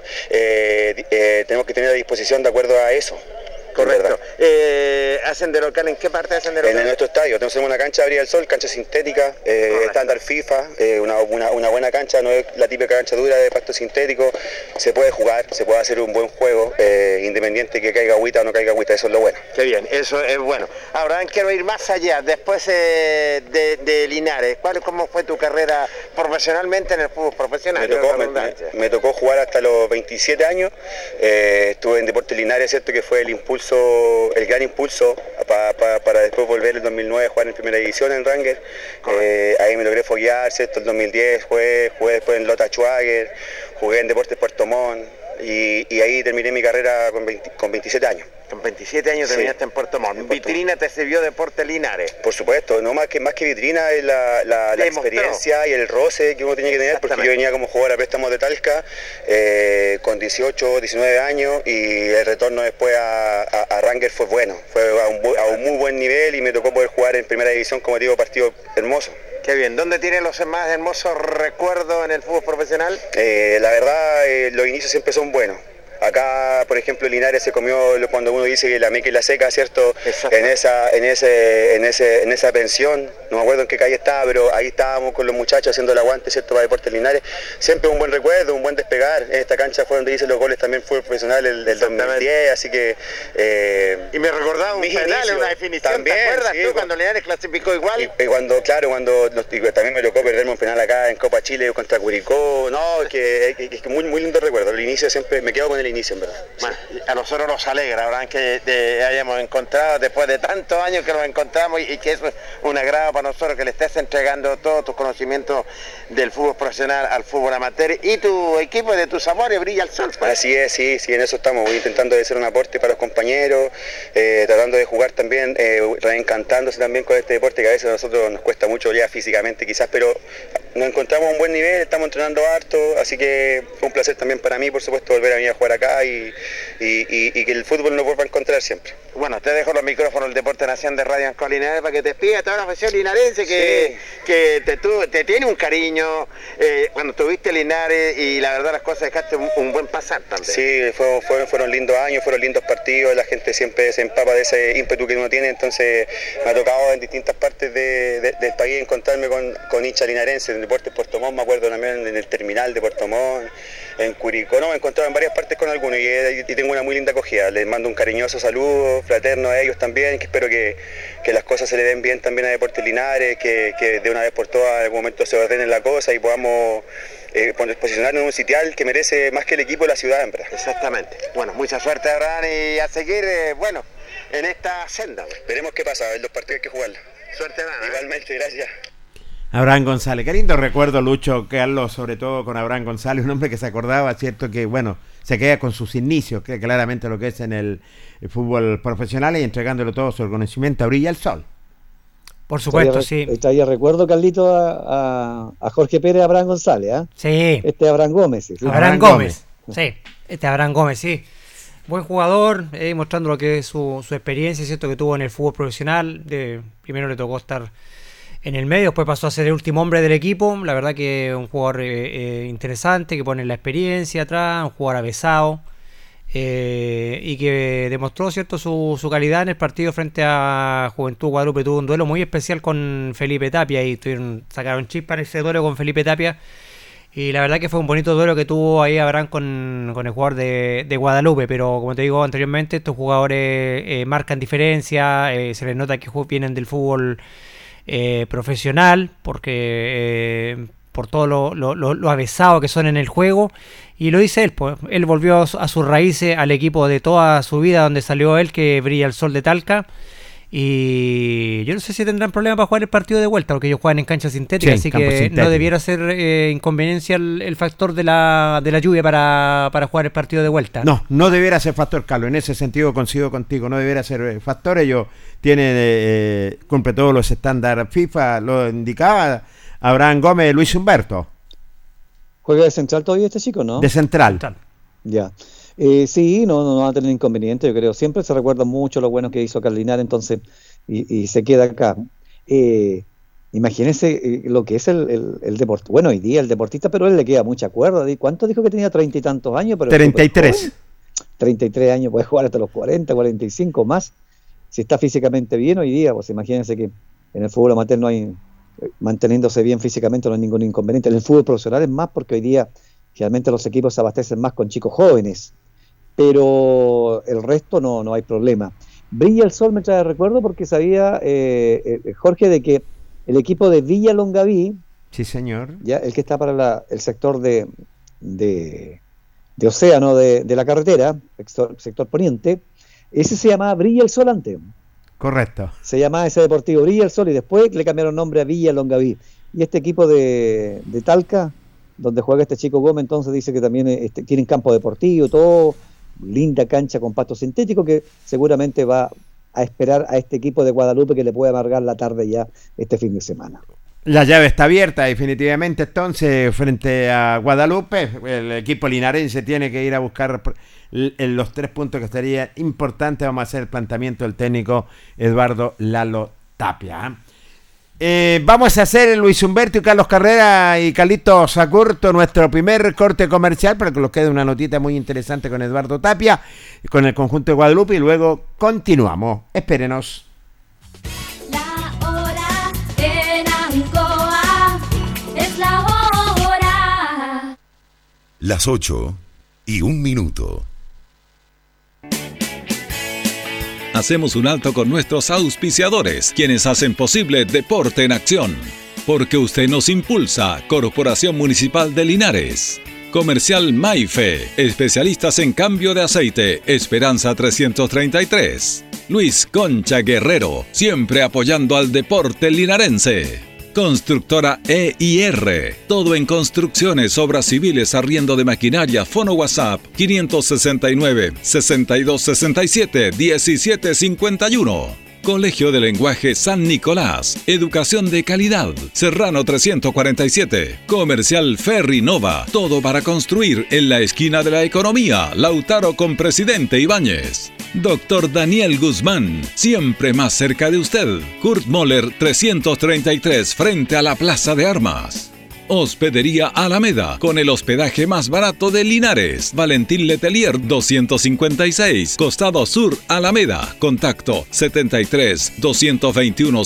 tenemos que tener a disposición de acuerdo a eso. Correcto. ¿Hacen de local? ¿En qué parte hacen de local? En nuestro estadio. Tenemos una cancha de Brilla del Sol, cancha sintética, estándar FIFA, una buena cancha, no es la típica cancha dura de pasto sintético. Se puede jugar, se puede hacer un buen juego, independiente que caiga agüita o no caiga agüita, eso es lo bueno. Qué bien, eso es bueno. Ahora quiero ir más allá, después de Linares, ¿cómo fue tu carrera profesionalmente en el fútbol profesional? Me tocó jugar hasta los 27 años, estuve en Deportes Linares, ¿cierto?, que fue el gran impulso para después volver el 2009 a jugar en primera división en Ranger. Ahí me logré foguear, ¿cierto? El 2010 jugué después en Lota Schwager, jugué en Deportes Puerto Montt y ahí terminé mi carrera con 27 años. Con 27 años terminaste en Puerto Montt. ¿Vitrina te sirvió Deportes Linares? Por supuesto, no más que vitrina es la experiencia y el roce que uno tenía que tener, porque yo venía como jugador a préstamos de Talca con 18, 19 años y el retorno después a Ranger fue bueno, fue a un muy buen nivel y me tocó poder jugar en primera división, como digo, partido hermoso. Qué bien. ¿Dónde tiene los más hermosos recuerdos en el fútbol profesional? La verdad, los inicios siempre son buenos. Acá, por ejemplo, Linares se comió cuando uno dice que la meca y la seca, ¿cierto? En esa pensión, no me acuerdo en qué calle estaba, pero ahí estábamos con los muchachos haciendo el aguante, ¿cierto? Para Deportes Linares. Siempre un buen recuerdo, un buen despegar. En esta cancha fue donde hice los goles, también fue profesional del 2010, así que... y me recordaba un penal, una definición, también, ¿te acuerdas tú cuando Linares clasificó igual? Cuando también me tocó perderme un penal acá en Copa Chile contra Curicó, no, que muy, muy lindo recuerdo. El inicio siempre, me quedo con el inicio, en verdad. Bueno, a nosotros nos alegra, ¿verdad? Que te hayamos encontrado después de tantos años que nos encontramos y que es un agrado para nosotros que le estés entregando todos tus conocimientos del fútbol profesional al fútbol amateur y tu equipo de tus amores brilla el sol. Pues. Así es, sí, en eso estamos, intentando de ser un aporte para los compañeros, tratando de jugar también, reencantándose también con este deporte que a veces a nosotros nos cuesta mucho ya físicamente quizás, pero nos encontramos a un buen nivel, estamos entrenando harto, así que fue un placer también para mí, por supuesto, volver a venir a jugar acá y que el fútbol nos vuelva a encontrar siempre. Bueno, te dejo los micrófonos del Deporte Nación de Radio Ancoa Linares para que te despida a toda la afición linarense que te tiene un cariño cuando tuviste Linares y la verdad las cosas dejaste un buen pasar también. Sí, fueron lindos años, fueron lindos partidos, la gente siempre se empapa de ese ímpetu que uno tiene, entonces me ha tocado en distintas partes del país encontrarme con hinchas linarenses, en Deportes Puerto Montt, me acuerdo también en el terminal de Puerto Montt, en Curicó, me he encontrado en varias partes con algunos y tengo una muy linda acogida. Les mando un cariñoso saludo, fraterno a ellos también, que espero que las cosas se le den bien también a Deportes Linares, que de una vez por todas en algún momento se ordene la cosa y podamos posicionarnos en un sitial que merece más que el equipo de la ciudad, en verdad. Exactamente. Bueno, mucha suerte, Abraham, y a seguir, en esta senda. Veremos qué pasa, en los partidos hay que jugarla. Suerte, Abraham. Igualmente, gracias. Abraham González, qué lindo recuerdo, Lucho, Carlos, sobre todo con Abraham González, un hombre que se acordaba, cierto, que se queda con sus inicios, que claramente lo que es en el fútbol profesional y entregándole todo su conocimiento a Brilla el Sol. Por supuesto, sí. Todavía recuerdo, Carlito, a Jorge Pérez, a Abraham González, Sí. Abraham Gómez. Sí. Abraham Gómez, sí. Abraham Gómez, sí. Buen jugador, mostrando lo que es su experiencia, cierto, que tuvo en el fútbol profesional. Primero le tocó estar en el medio, después pasó a ser el último hombre del equipo. La verdad que un jugador interesante, que pone la experiencia atrás, un jugador avesado, y que demostró, cierto, su calidad en el partido frente a Juventud Guadalupe. Tuvo un duelo muy especial con Felipe Tapia y sacaron chispa en ese duelo con Felipe Tapia. Y la verdad que fue un bonito duelo que tuvo ahí Abraham con el jugador de Guadalupe. Pero como te digo anteriormente, estos jugadores marcan diferencia, se les nota que vienen del fútbol profesional, porque por todo lo avesado que son en el juego, y lo dice él, pues él volvió a sus raíces, al equipo de toda su vida donde salió él, que Brilla el Sol de Talca, y yo no sé si tendrán problema para jugar el partido de vuelta, porque ellos juegan en cancha sintética, así que sintético. No debiera ser inconveniencia el factor de la lluvia para jugar el partido de vuelta. No debiera ser factor, Carlos, en ese sentido coincido contigo, no debiera ser factor. Ellos tienen, cumple todos los estándares FIFA, lo indicaba Abraham Gómez, Luis Humberto. ¿Juega de central todavía este chico, no? De central. Ya. Sí, no va a tener inconveniente, yo creo. Siempre se recuerda mucho lo bueno que hizo Carlinar, entonces, y se queda acá. Imagínense lo que es el deportista. Bueno, hoy día el deportista, pero él le queda mucha cuerda. ¿Cuánto dijo que tenía? 30 y tantos años. Pero 33. 33 años, puede jugar hasta los 40, 45 más. Si está físicamente bien hoy día, pues imagínense que en el fútbol amateur no hay, manteniéndose bien físicamente no hay ningún inconveniente. En el fútbol profesional es más, porque hoy día generalmente los equipos se abastecen más con chicos jóvenes, pero el resto no hay problema. Brilla el Sol me trae recuerdo porque sabía, Jorge, de que el equipo de Villa Longaví, sí señor, ya el que está para el sector de Océano de la carretera, sector poniente, ese se llamaba Brilla el Sol antes. Correcto. Se llamaba ese Deportivo Brilla el Sol y después le cambiaron nombre a Villa Longaví. Y este equipo de Talca, donde juega este chico Gómez, entonces dice que también tienen campo deportivo, todo, linda cancha con pasto sintético, que seguramente va a esperar a este equipo de Guadalupe que le puede amargar la tarde ya este fin de semana. La llave está abierta definitivamente entonces frente a Guadalupe. El equipo linarense tiene que ir a buscar los 3 puntos que estaría importante. Vamos a hacer el planteamiento del técnico Eduardo Lalo Tapia. Vamos a hacer Luis Humberto y Carlos Carrera y Carlitos Agurto nuestro primer corte comercial para que nos quede una notita muy interesante con Eduardo Tapia, con el conjunto de Guadalupe, y luego continuamos. Espérenos. La hora en Ancoa es la hora. Las 8:01. Hacemos un alto con nuestros auspiciadores, quienes hacen posible Deporte en Acción. Porque usted nos impulsa. Corporación Municipal de Linares. Comercial Maife, especialistas en cambio de aceite, Esperanza 333. Luis Concha Guerrero, siempre apoyando al deporte linarense. Constructora EIR, todo en construcciones, obras civiles, arriendo de maquinaria. Fono WhatsApp 569-6267-1751. Colegio de Lenguaje San Nicolás, educación de calidad. Serrano 347, Comercial Ferry Nova, todo para construir en la esquina de la economía. Lautaro con Presidente Ibáñez. Doctor Daniel Guzmán, siempre más cerca de usted. Kurt Moller 333, frente a la Plaza de Armas. Hospedería Alameda, con el hospedaje más barato de Linares. Valentín Letelier 256, Costado Sur, Alameda. Contacto 73 221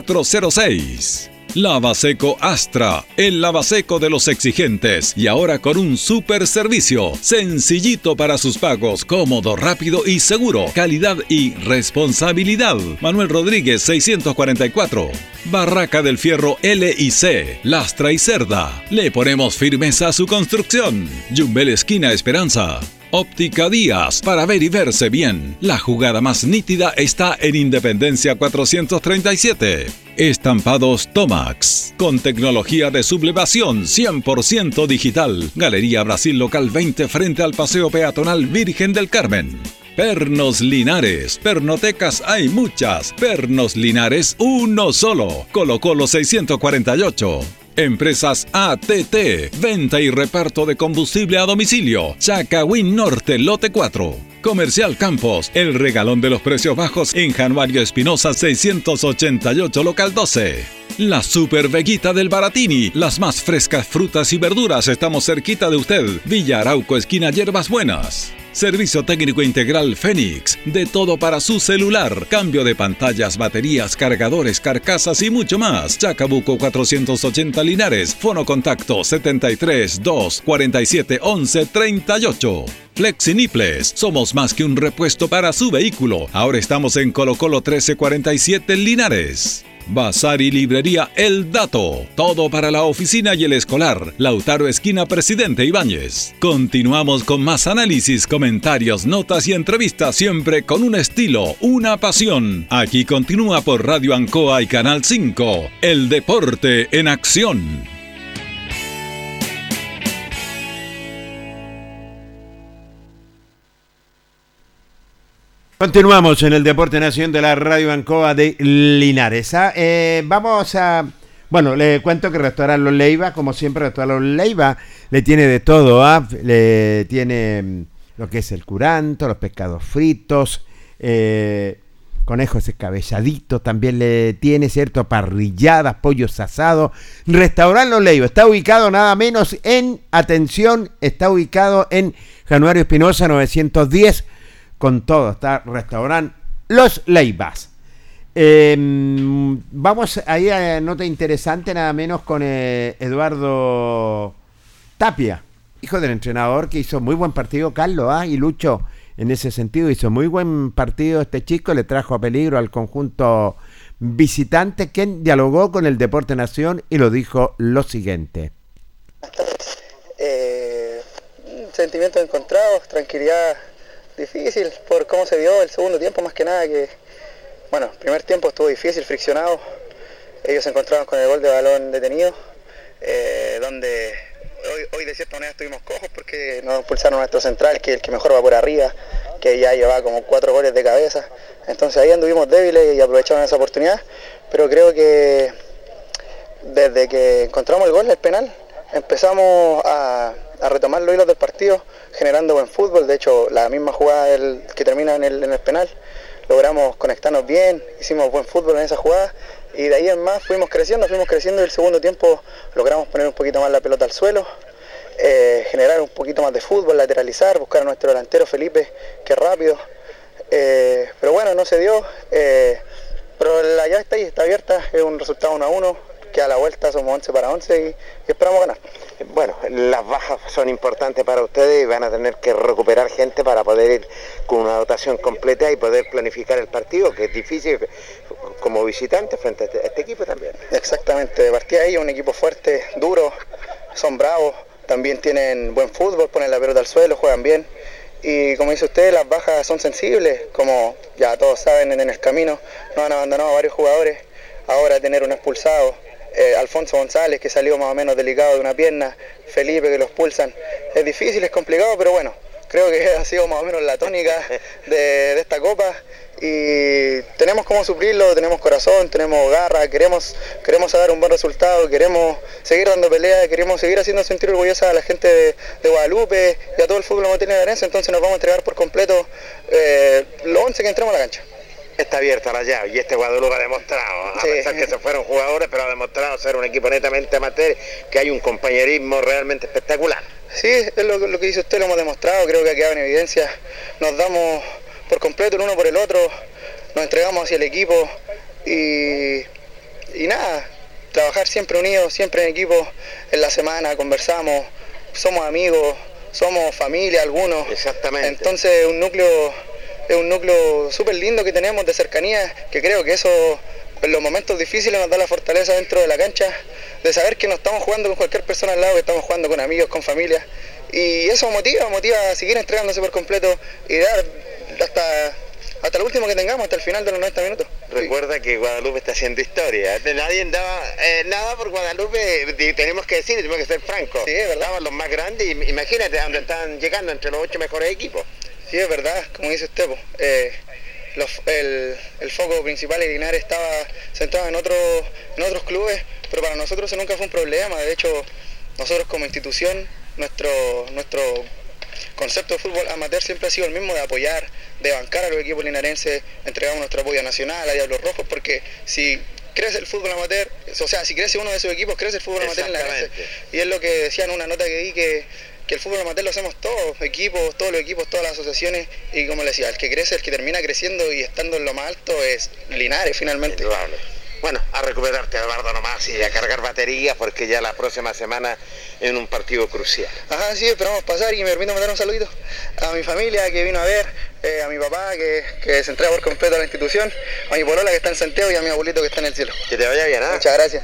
0406. Lavaseco Astra, el lavaseco de los exigentes, y ahora con un super servicio, sencillito para sus pagos, cómodo, rápido y seguro, calidad y responsabilidad. Manuel Rodríguez 644. Barraca del Fierro L&C, lastra y cerda. Le ponemos firmeza a su construcción. Yumbel esquina Esperanza. Óptica Díaz, para ver y verse bien. La jugada más nítida está en Independencia 437. Estampados Tomax, con tecnología de sublevación 100% digital. Galería Brasil Local 20, frente al Paseo Peatonal Virgen del Carmen. Pernos Linares, pernotecas hay muchas. Pernos Linares, uno solo. Colo Colo 648. Empresas ATT, venta y reparto de combustible a domicilio. Chacawín Norte, lote 4. Comercial Campos, el regalón de los precios bajos en Januario Espinosa 688, local 12. La Super Veguita del Baratini, las más frescas frutas y verduras, estamos cerquita de usted. Villa Arauco, esquina Hierbas Buenas. Servicio técnico integral Fénix, de todo para su celular, cambio de pantallas, baterías, cargadores, carcasas y mucho más. Chacabuco 480 Linares, fono contacto 73 2 47 11 38. Flexiniples, somos más que un repuesto para su vehículo. Ahora estamos en Colo Colo 1347 Linares. Bazar y librería El Dato, todo para la oficina y el escolar. Lautaro esquina Presidente Ibáñez. Continuamos con más análisis, comentarios, notas y entrevistas, siempre con un estilo, una pasión. Aquí continúa por Radio Ancoa y Canal 5, El Deporte en Acción. Continuamos en el Deporte Nación de la Radio Ancoa de Linares. Bueno, le cuento que Restaurant Los Leiva, como siempre, Restaurant Los Leiva le tiene de todo, le tiene lo que es el curanto, los pescados fritos, conejos escabelladitos, también le tiene, ¿cierto?, parrilladas, pollos asados. Restaurant Los Leiva está ubicado nada menos está ubicado en Januario Espinosa 910, con todo, está Restaurant Los Leivas. Vamos ahí a nota interesante, nada menos con Eduardo Tapia, hijo del entrenador, que hizo muy buen partido, Carlos, y Lucho, en ese sentido, hizo muy buen partido este chico, le trajo a peligro al conjunto visitante, quien dialogó con el Deporte Nación y lo dijo lo siguiente. Sentimientos encontrados, tranquilidad difícil por cómo se vio el segundo tiempo, más que nada, que Bueno, el primer tiempo estuvo difícil, friccionado. Ellos se encontraron con el gol de balón detenido, donde hoy de cierta manera estuvimos cojos porque nos impulsaron nuestro central, que es el que mejor va por arriba, que ya lleva como 4 goles de cabeza. Entonces ahí anduvimos débiles y aprovecharon esa oportunidad, pero creo que desde que encontramos el gol, el penal, empezamos a retomar los hilos del partido, generando buen fútbol. De hecho, la misma jugada que termina en el penal, logramos conectarnos bien, hicimos buen fútbol en esa jugada, y de ahí en más fuimos creciendo, y el segundo tiempo logramos poner un poquito más la pelota al suelo, generar un poquito más de fútbol, lateralizar, buscar a nuestro delantero Felipe, que es rápido, pero bueno, no se dio, pero la llave está ahí, está abierta, es un resultado 1-1, que a la vuelta somos 11 para 11 y esperamos ganar. Bueno, las bajas son importantes para ustedes y van a tener que recuperar gente para poder ir con una dotación completa y poder planificar el partido, que es difícil como visitante frente a este equipo también. Exactamente, de partida ahí un equipo fuerte, duro, son bravos, también tienen buen fútbol, ponen la pelota al suelo, juegan bien. Y como dice usted, las bajas son sensibles, como ya todos saben, en el camino nos han abandonado varios jugadores, ahora tener un expulsado, Alfonso González, que salió más o menos delicado de una pierna, Felipe, que lo expulsan, es difícil, es complicado, pero bueno, creo que ha sido más o menos la tónica de esta copa, y tenemos cómo suplirlo, tenemos corazón, tenemos garra, queremos dar un buen resultado, queremos seguir dando pelea, queremos seguir haciendo sentir orgullosa a la gente de Guadalupe y a todo el fútbol amateur linarense. Entonces nos vamos a entregar por completo los 11 que entremos a la cancha. Está abierta la llave y este Guadalupe ha demostrado, a pesar que se fueron jugadores, pero ha demostrado ser un equipo netamente amateur, que hay un compañerismo realmente espectacular. Sí, es lo que dice usted, lo hemos demostrado, creo que ha quedado en evidencia, nos damos por completo el uno por el otro, nos entregamos hacia el equipo y nada, trabajar siempre unidos, siempre en equipo, en la semana conversamos, somos amigos, somos familia algunos. Exactamente. Entonces es un núcleo súper lindo que tenemos de cercanía, que creo que eso en los momentos difíciles nos da la fortaleza dentro de la cancha, de saber que no estamos jugando con cualquier persona al lado, que estamos jugando con amigos, con familia, y eso motiva a seguir entregándose por completo y dar hasta lo último que tengamos, hasta el final de los 90 minutos. Recuerda que Guadalupe está haciendo historia. Nadie daba nada por Guadalupe, tenemos que ser francos. Sí, es verdad. Estaban los más grandes, imagínate a dónde están llegando, entre los 8 mejores equipos. Sí, es verdad, como dice usted, el foco principal de Linares estaba centrado en otros clubes, pero para nosotros eso nunca fue un problema. De hecho, nosotros como institución, nuestro concepto de fútbol amateur siempre ha sido el mismo, de apoyar, de bancar a los equipos linarenses, entregamos nuestro apoyo nacional a Diablos Rojos, porque si crece el fútbol amateur, o sea, si crece uno de esos equipos, crece el fútbol amateur linarense. Y es lo que decía en una nota que di, que el fútbol amateur lo hacemos todos, todos los equipos, todas las asociaciones, y como le decía, el que crece, el que termina creciendo y estando en lo más alto es Linares finalmente. Indudable. Bueno, a recuperarte, Eduardo, nomás, y a cargar baterías, porque ya la próxima semana en un partido crucial. Ajá, sí, esperamos pasar, y me permito mandar un saludito a mi familia que vino a ver, a mi papá que se entrega por completo a la institución, a mi polola que está en Santiago y a mi abuelito que está en el cielo. Que te vaya bien, ¿eh? Muchas gracias.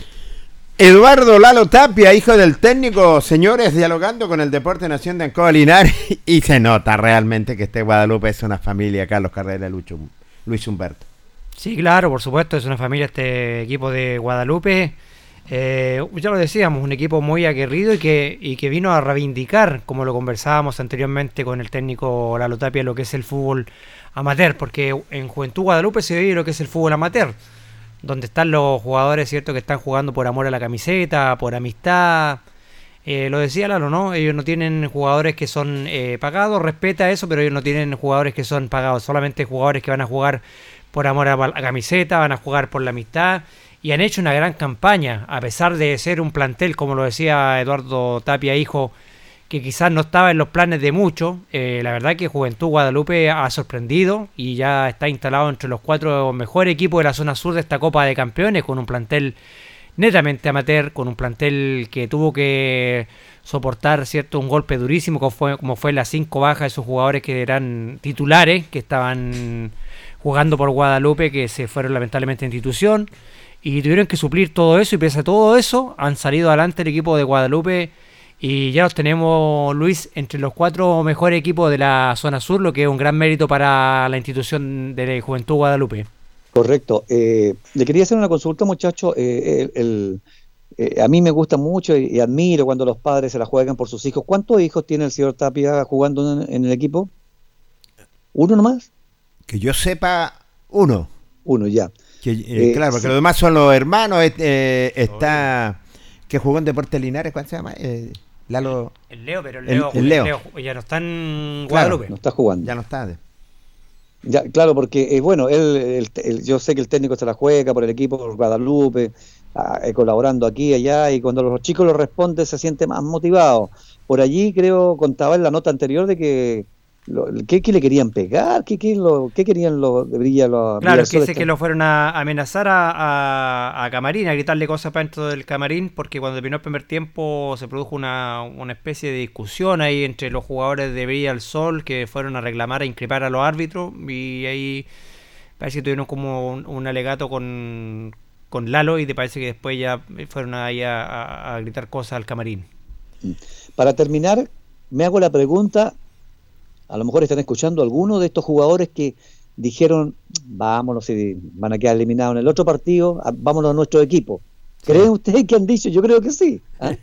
Eduardo Lalo Tapia, hijo del técnico, señores, dialogando con el Deporte Nación de Ancoa Linares, y se nota realmente que este Guadalupe es una familia, Carlos Carrera, Luis Humberto. Sí, claro, por supuesto, es una familia este equipo de Guadalupe. Ya lo decíamos, un equipo muy aguerrido y que vino a reivindicar, como lo conversábamos anteriormente con el técnico Lalo Tapia, lo que es el fútbol amateur, porque en Juventud Guadalupe se ve lo que es el fútbol amateur, donde están los jugadores, cierto, que están jugando por amor a la camiseta, por amistad. Lo decía Lalo, ¿no? Ellos no tienen jugadores que son pagados, respeta eso, pero ellos no tienen jugadores que son pagados, solamente jugadores que van a jugar por amor a la camiseta, van a jugar por la amistad, y han hecho una gran campaña, a pesar de ser un plantel, como lo decía Eduardo Tapia, hijo, que quizás no estaba en los planes de muchos. La verdad que Juventud Guadalupe ha sorprendido y ya está instalado entre los 4 mejores equipos de la zona sur de esta Copa de Campeones, con un plantel netamente amateur, con un plantel que tuvo que soportar, cierto, un golpe durísimo, como fue las 5 bajas de sus jugadores que eran titulares, que estaban jugando por Guadalupe, que se fueron lamentablemente a institución, y tuvieron que suplir todo eso, y pese a todo eso han salido adelante el equipo de Guadalupe, y ya los tenemos, Luis, entre los 4 mejores equipos de la zona sur, lo que es un gran mérito para la institución de Juventud Guadalupe. Correcto. Le quería hacer una consulta, muchacho. A mí me gusta mucho y admiro cuando los padres se la juegan por sus hijos. ¿Cuántos hijos tiene el señor Tapia jugando en el equipo? ¿Uno nomás? Que yo sepa, uno. Uno, ya. Claro, porque los demás son los hermanos. Está que jugó en Deportes Linares, ¿cuál se llama? Lalo. El Leo, pero el Leo ya no está en Guadalupe. Claro, no está jugando. Ya no está. Ya, claro, porque bueno, yo sé que el técnico se la juega por el equipo, por Guadalupe, colaborando aquí y allá, y cuando los chicos lo responden se siente más motivado. Por allí creo, contaba en la nota anterior de que ¿qué le querían pegar? ¿Qué querían de Brilla? Claro, que dice que lo fueron a amenazar a Camarín, a gritarle cosas para dentro del camarín, porque cuando terminó el primer tiempo se produjo una especie de discusión ahí entre los jugadores de Brilla al Sol, que fueron a reclamar, a increpar a los árbitros, y ahí parece que tuvieron como un alegato con Lalo, y te parece que después ya fueron ahí a gritar cosas al camarín. Para terminar, me hago la pregunta. A lo mejor están escuchando algunos de estos jugadores que dijeron, vámonos, si van a quedar eliminados en el otro partido, vámonos a nuestro equipo. ¿Creen ustedes que han dicho? Yo creo que sí.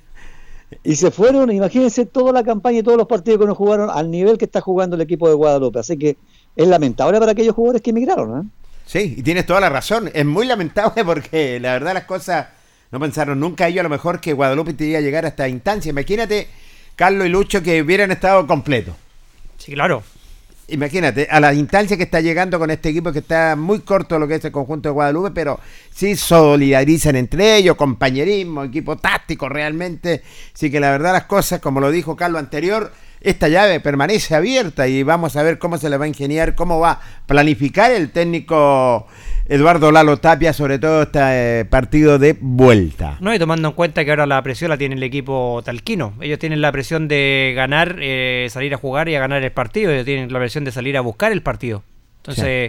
Y se fueron, imagínense toda la campaña y todos los partidos que no jugaron al nivel que está jugando el equipo de Guadalupe. Así que es lamentable para aquellos jugadores que emigraron. Sí, y tienes toda la razón. Es muy lamentable porque la verdad las cosas no pensaron nunca ellos a lo mejor que Guadalupe te iba a llegar a esta instancia. Imagínate, Carlos y Lucho, que hubieran estado completos. Sí, claro. Imagínate, a la instancia que está llegando con este equipo, que está muy corto lo que es el conjunto de Guadalupe, pero sí solidarizan entre ellos, compañerismo, equipo táctico realmente. Así que la verdad las cosas, como lo dijo Carlos anterior, esta llave permanece abierta y vamos a ver cómo se le va a ingeniar, cómo va a planificar el técnico Eduardo Lalo Tapia, sobre todo este partido de vuelta. No, y tomando en cuenta que ahora la presión la tiene el equipo talquino. Ellos tienen la presión de ganar, salir a jugar y a ganar el partido. Ellos tienen la presión de salir a buscar el partido. Entonces,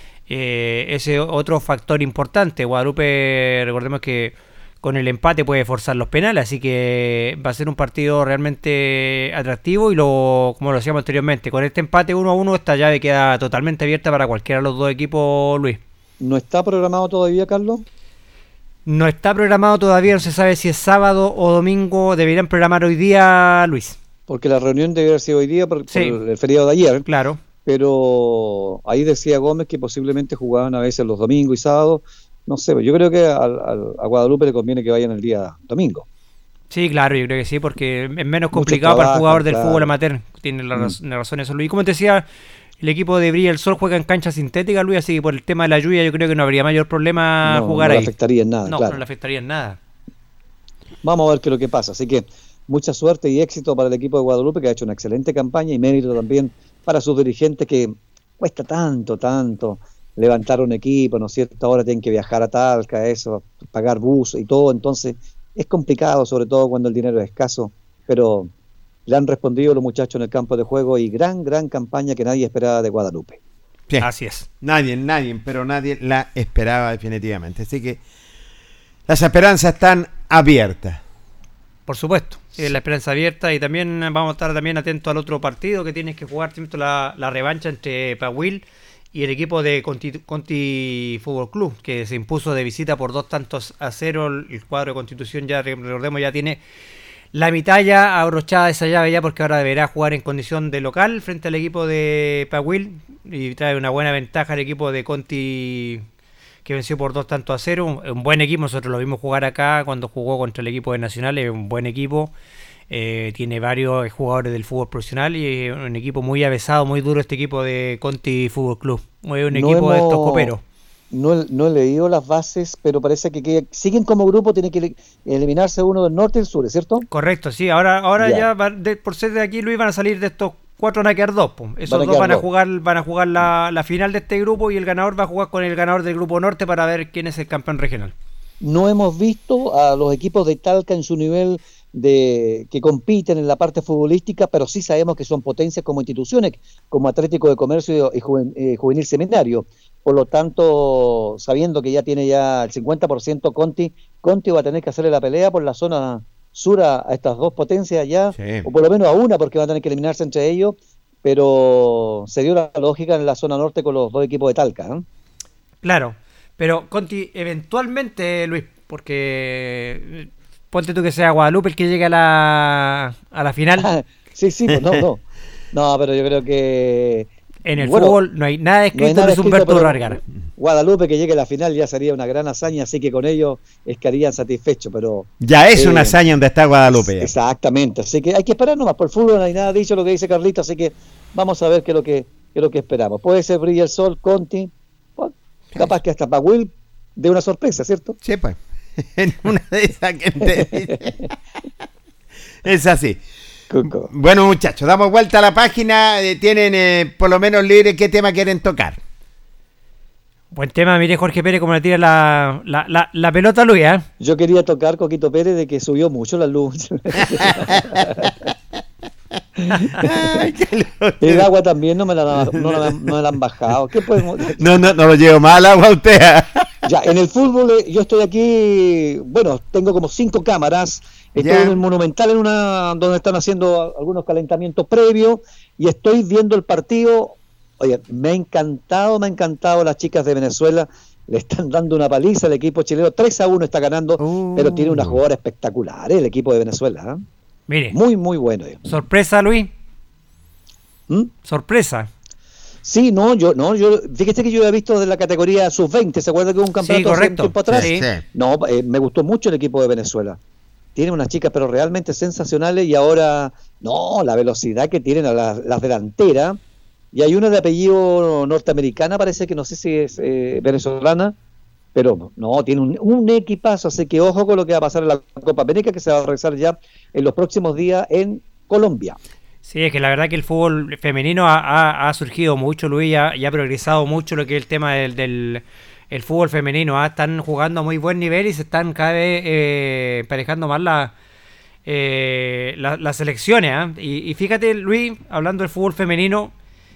ese otro factor importante. Guadalupe, recordemos que con el empate puede forzar los penales, así que va a ser un partido realmente atractivo y como lo decíamos anteriormente, con este empate 1-1 esta llave queda totalmente abierta para cualquiera de los dos equipos, Luis. ¿No está programado todavía, Carlos? No está programado todavía, no se sabe si es sábado o domingo, deberían programar hoy día, Luis. Porque la reunión debe haber sido hoy día por el feriado de ayer. Claro. Pero ahí decía Gómez que posiblemente jugaban a veces los domingos y sábados. No sé, yo creo que a Guadalupe le conviene que vayan el día domingo. Sí, claro, yo creo que sí, porque es menos complicado para el jugador del fútbol amateur. Tiene la razón eso, Luis. Y como te decía, el equipo de Brilla el Sol juega en cancha sintética, Luis, así que por el tema de la lluvia yo creo que no habría mayor problema jugar ahí. No le afectaría en nada, no le afectaría en nada. Vamos a ver qué es lo que pasa. Así que mucha suerte y éxito para el equipo de Guadalupe, que ha hecho una excelente campaña, y mérito también para sus dirigentes, que cuesta tanto levantar un equipo, ¿no es cierto? Ahora tienen que viajar a Talca, pagar bus y todo, entonces es complicado, sobre todo cuando el dinero es escaso, pero le han respondido los muchachos en el campo de juego y gran campaña que nadie esperaba de Guadalupe. Sí, así es. Nadie la esperaba definitivamente, así que las esperanzas están abiertas. Por supuesto, la esperanza abierta, y también vamos a estar también atentos al otro partido que tienes que jugar, la revancha entre Pahuil y el equipo de Conti Fútbol Club, que se impuso de visita por 2-0. El cuadro de Constitución, ya recordemos, ya tiene la mitad ya abrochada esa llave ya, porque ahora deberá jugar en condición de local frente al equipo de Pahuil, y trae una buena ventaja el equipo de Conti, que venció por 2-0. Un buen equipo, nosotros lo vimos jugar acá cuando jugó contra el equipo de Nacional, es un buen equipo. Tiene varios jugadores del fútbol profesional y un equipo muy avesado, muy duro este equipo de Conti Fútbol Club. Un equipo de estos coperos. No he leído las bases, pero parece que siguen como grupo, tiene que eliminarse uno del norte y el sur, ¿cierto? Correcto, sí. Ahora ya por ser de aquí, Luis, van a salir de estos 4, van a quedar 2. Esos dos van a jugar la final de este grupo, y el ganador va a jugar con el ganador del grupo norte para ver quién es el campeón regional. No hemos visto a los equipos de Talca en su nivel que compiten en la parte futbolística, pero sí sabemos que son potencias como instituciones, como Atlético de Comercio y Juvenil Seminario. Por lo tanto, sabiendo que ya tiene el 50% Conti va a tener que hacerle la pelea por la zona sur a estas dos potencias ya, sí, o por lo menos a una, porque van a tener que eliminarse entre ellos, pero se dio la lógica en la zona norte con los dos equipos de Talca, ¿eh? Claro. Pero, Conti, eventualmente, Luis, porque ponte tú que sea Guadalupe el que llegue a la final. Sí, pues no. No, pero yo creo que... En el fútbol no hay nada escrito de Humberto Vergara. Guadalupe que llegue a la final ya sería una gran hazaña, así que con ello estarían satisfechos, pero... Ya es una hazaña donde está Guadalupe. Exactamente, así que hay que esperar nomás, por el fútbol no hay nada dicho lo que dice Carlito, así que vamos a ver qué es lo que esperamos. Puede ser brilla el sol, Conti, capaz que hasta para Will de una sorpresa, ¿cierto? Sí, pues, en una de esas que te dice. Es así. Cuco. Bueno, muchachos, damos vuelta a la página. Tienen por lo menos libre qué tema quieren tocar. Buen tema, mire Jorge Pérez como le tira la pelota a Luis, ¿eh? Yo quería tocar Coquito Pérez de que subió mucho la luz. El agua también no me la han bajado. ¿Qué podemos? No lo llevo mal agua a usted. Ya, en el fútbol yo estoy aquí, bueno, tengo como 5 cámaras. Estoy en el Monumental donde están haciendo algunos calentamientos previos y estoy viendo el partido. Oye, me ha encantado las chicas de Venezuela, le están dando una paliza al equipo chileno, 3-1 está ganando, pero tiene una jugadora espectacular, el equipo de Venezuela. Mire. Muy, muy bueno. ¿Sorpresa, Luis? ¿Sorpresa? Sí, yo fíjate que yo había visto de la categoría sub-20, ¿se acuerda que hubo un campeonato hace un tiempo atrás? Sí. No, me gustó mucho el equipo de Venezuela. Tiene unas chicas pero realmente sensacionales y ahora, la velocidad que tienen a las delanteras. Y hay una de apellido norteamericana, parece que no sé si es venezolana, pero tiene un equipazo, así que ojo con lo que va a pasar en la Copa América, que se va a realizar ya en los próximos días en Colombia. Sí, es que la verdad que el fútbol femenino ha surgido mucho, Luis, y ha progresado mucho lo que es el tema del fútbol femenino. Están jugando a muy buen nivel y se están cada vez emparejando más las selecciones. Y fíjate, Luis, hablando del fútbol femenino,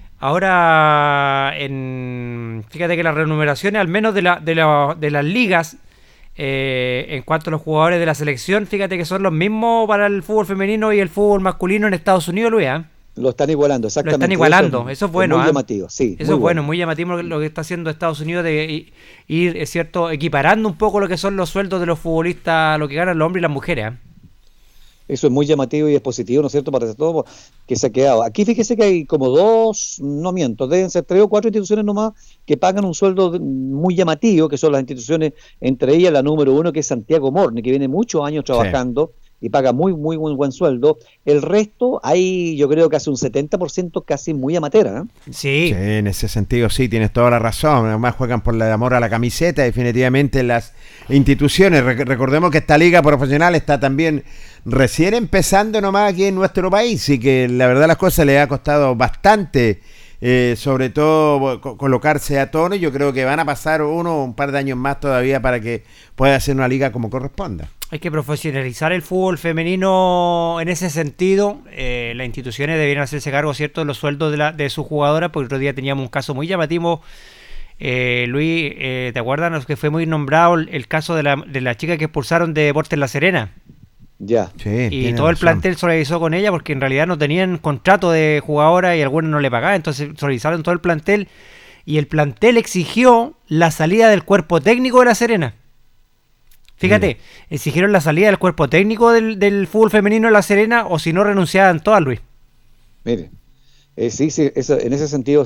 ahora fíjate que las renumeraciones, al menos de las ligas, en cuanto a los jugadores de la selección, fíjate que son los mismos para el fútbol femenino y el fútbol masculino en Estados Unidos, Luis. Lo están igualando, exactamente. Lo están igualando, eso es bueno. Muy llamativo, sí. Eso es bueno, muy llamativo lo que está haciendo Estados Unidos de ir, es cierto, equiparando un poco lo que son los sueldos de los futbolistas, lo que ganan los hombres y las mujeres. Eso es muy llamativo y es positivo, ¿no es cierto?, para todo que se ha quedado. Aquí fíjese que hay como deben ser 3 o 4 instituciones nomás que pagan un sueldo muy llamativo, que son las instituciones, entre ellas la número 1, que es Santiago Morning, que viene muchos años trabajando y paga muy, muy, muy buen sueldo. El resto, hay yo creo que hace un 70% casi muy amateur, Sí, en ese sentido sí, tienes toda la razón. Además juegan por el amor a la camiseta, definitivamente las instituciones. Recordemos que esta liga profesional está también recién empezando nomás aquí en nuestro país y que la verdad las cosas le ha costado bastante, sobre todo colocarse a tono. Yo creo que van a pasar un par de años más todavía para que pueda hacer una liga como corresponda. Hay que profesionalizar el fútbol femenino en ese sentido. Las instituciones deberían hacerse cargo, ¿cierto?, de los sueldos de sus jugadoras, porque el otro día teníamos un caso muy llamativo. Luis, ¿te acuerdas que fue muy nombrado el caso de la chica que expulsaron de Deportes La Serena? Ya. Sí, y todo el plantel solidarizó con ella porque en realidad no tenían contrato de jugadora y algunos no le pagaban, entonces solidarizaron todo el plantel y el plantel exigió la salida del cuerpo técnico de La Serena. Fíjate, exigieron la salida del cuerpo técnico del fútbol femenino de La Serena, o si no renunciaban todas, Luis. Mire, sí, en ese sentido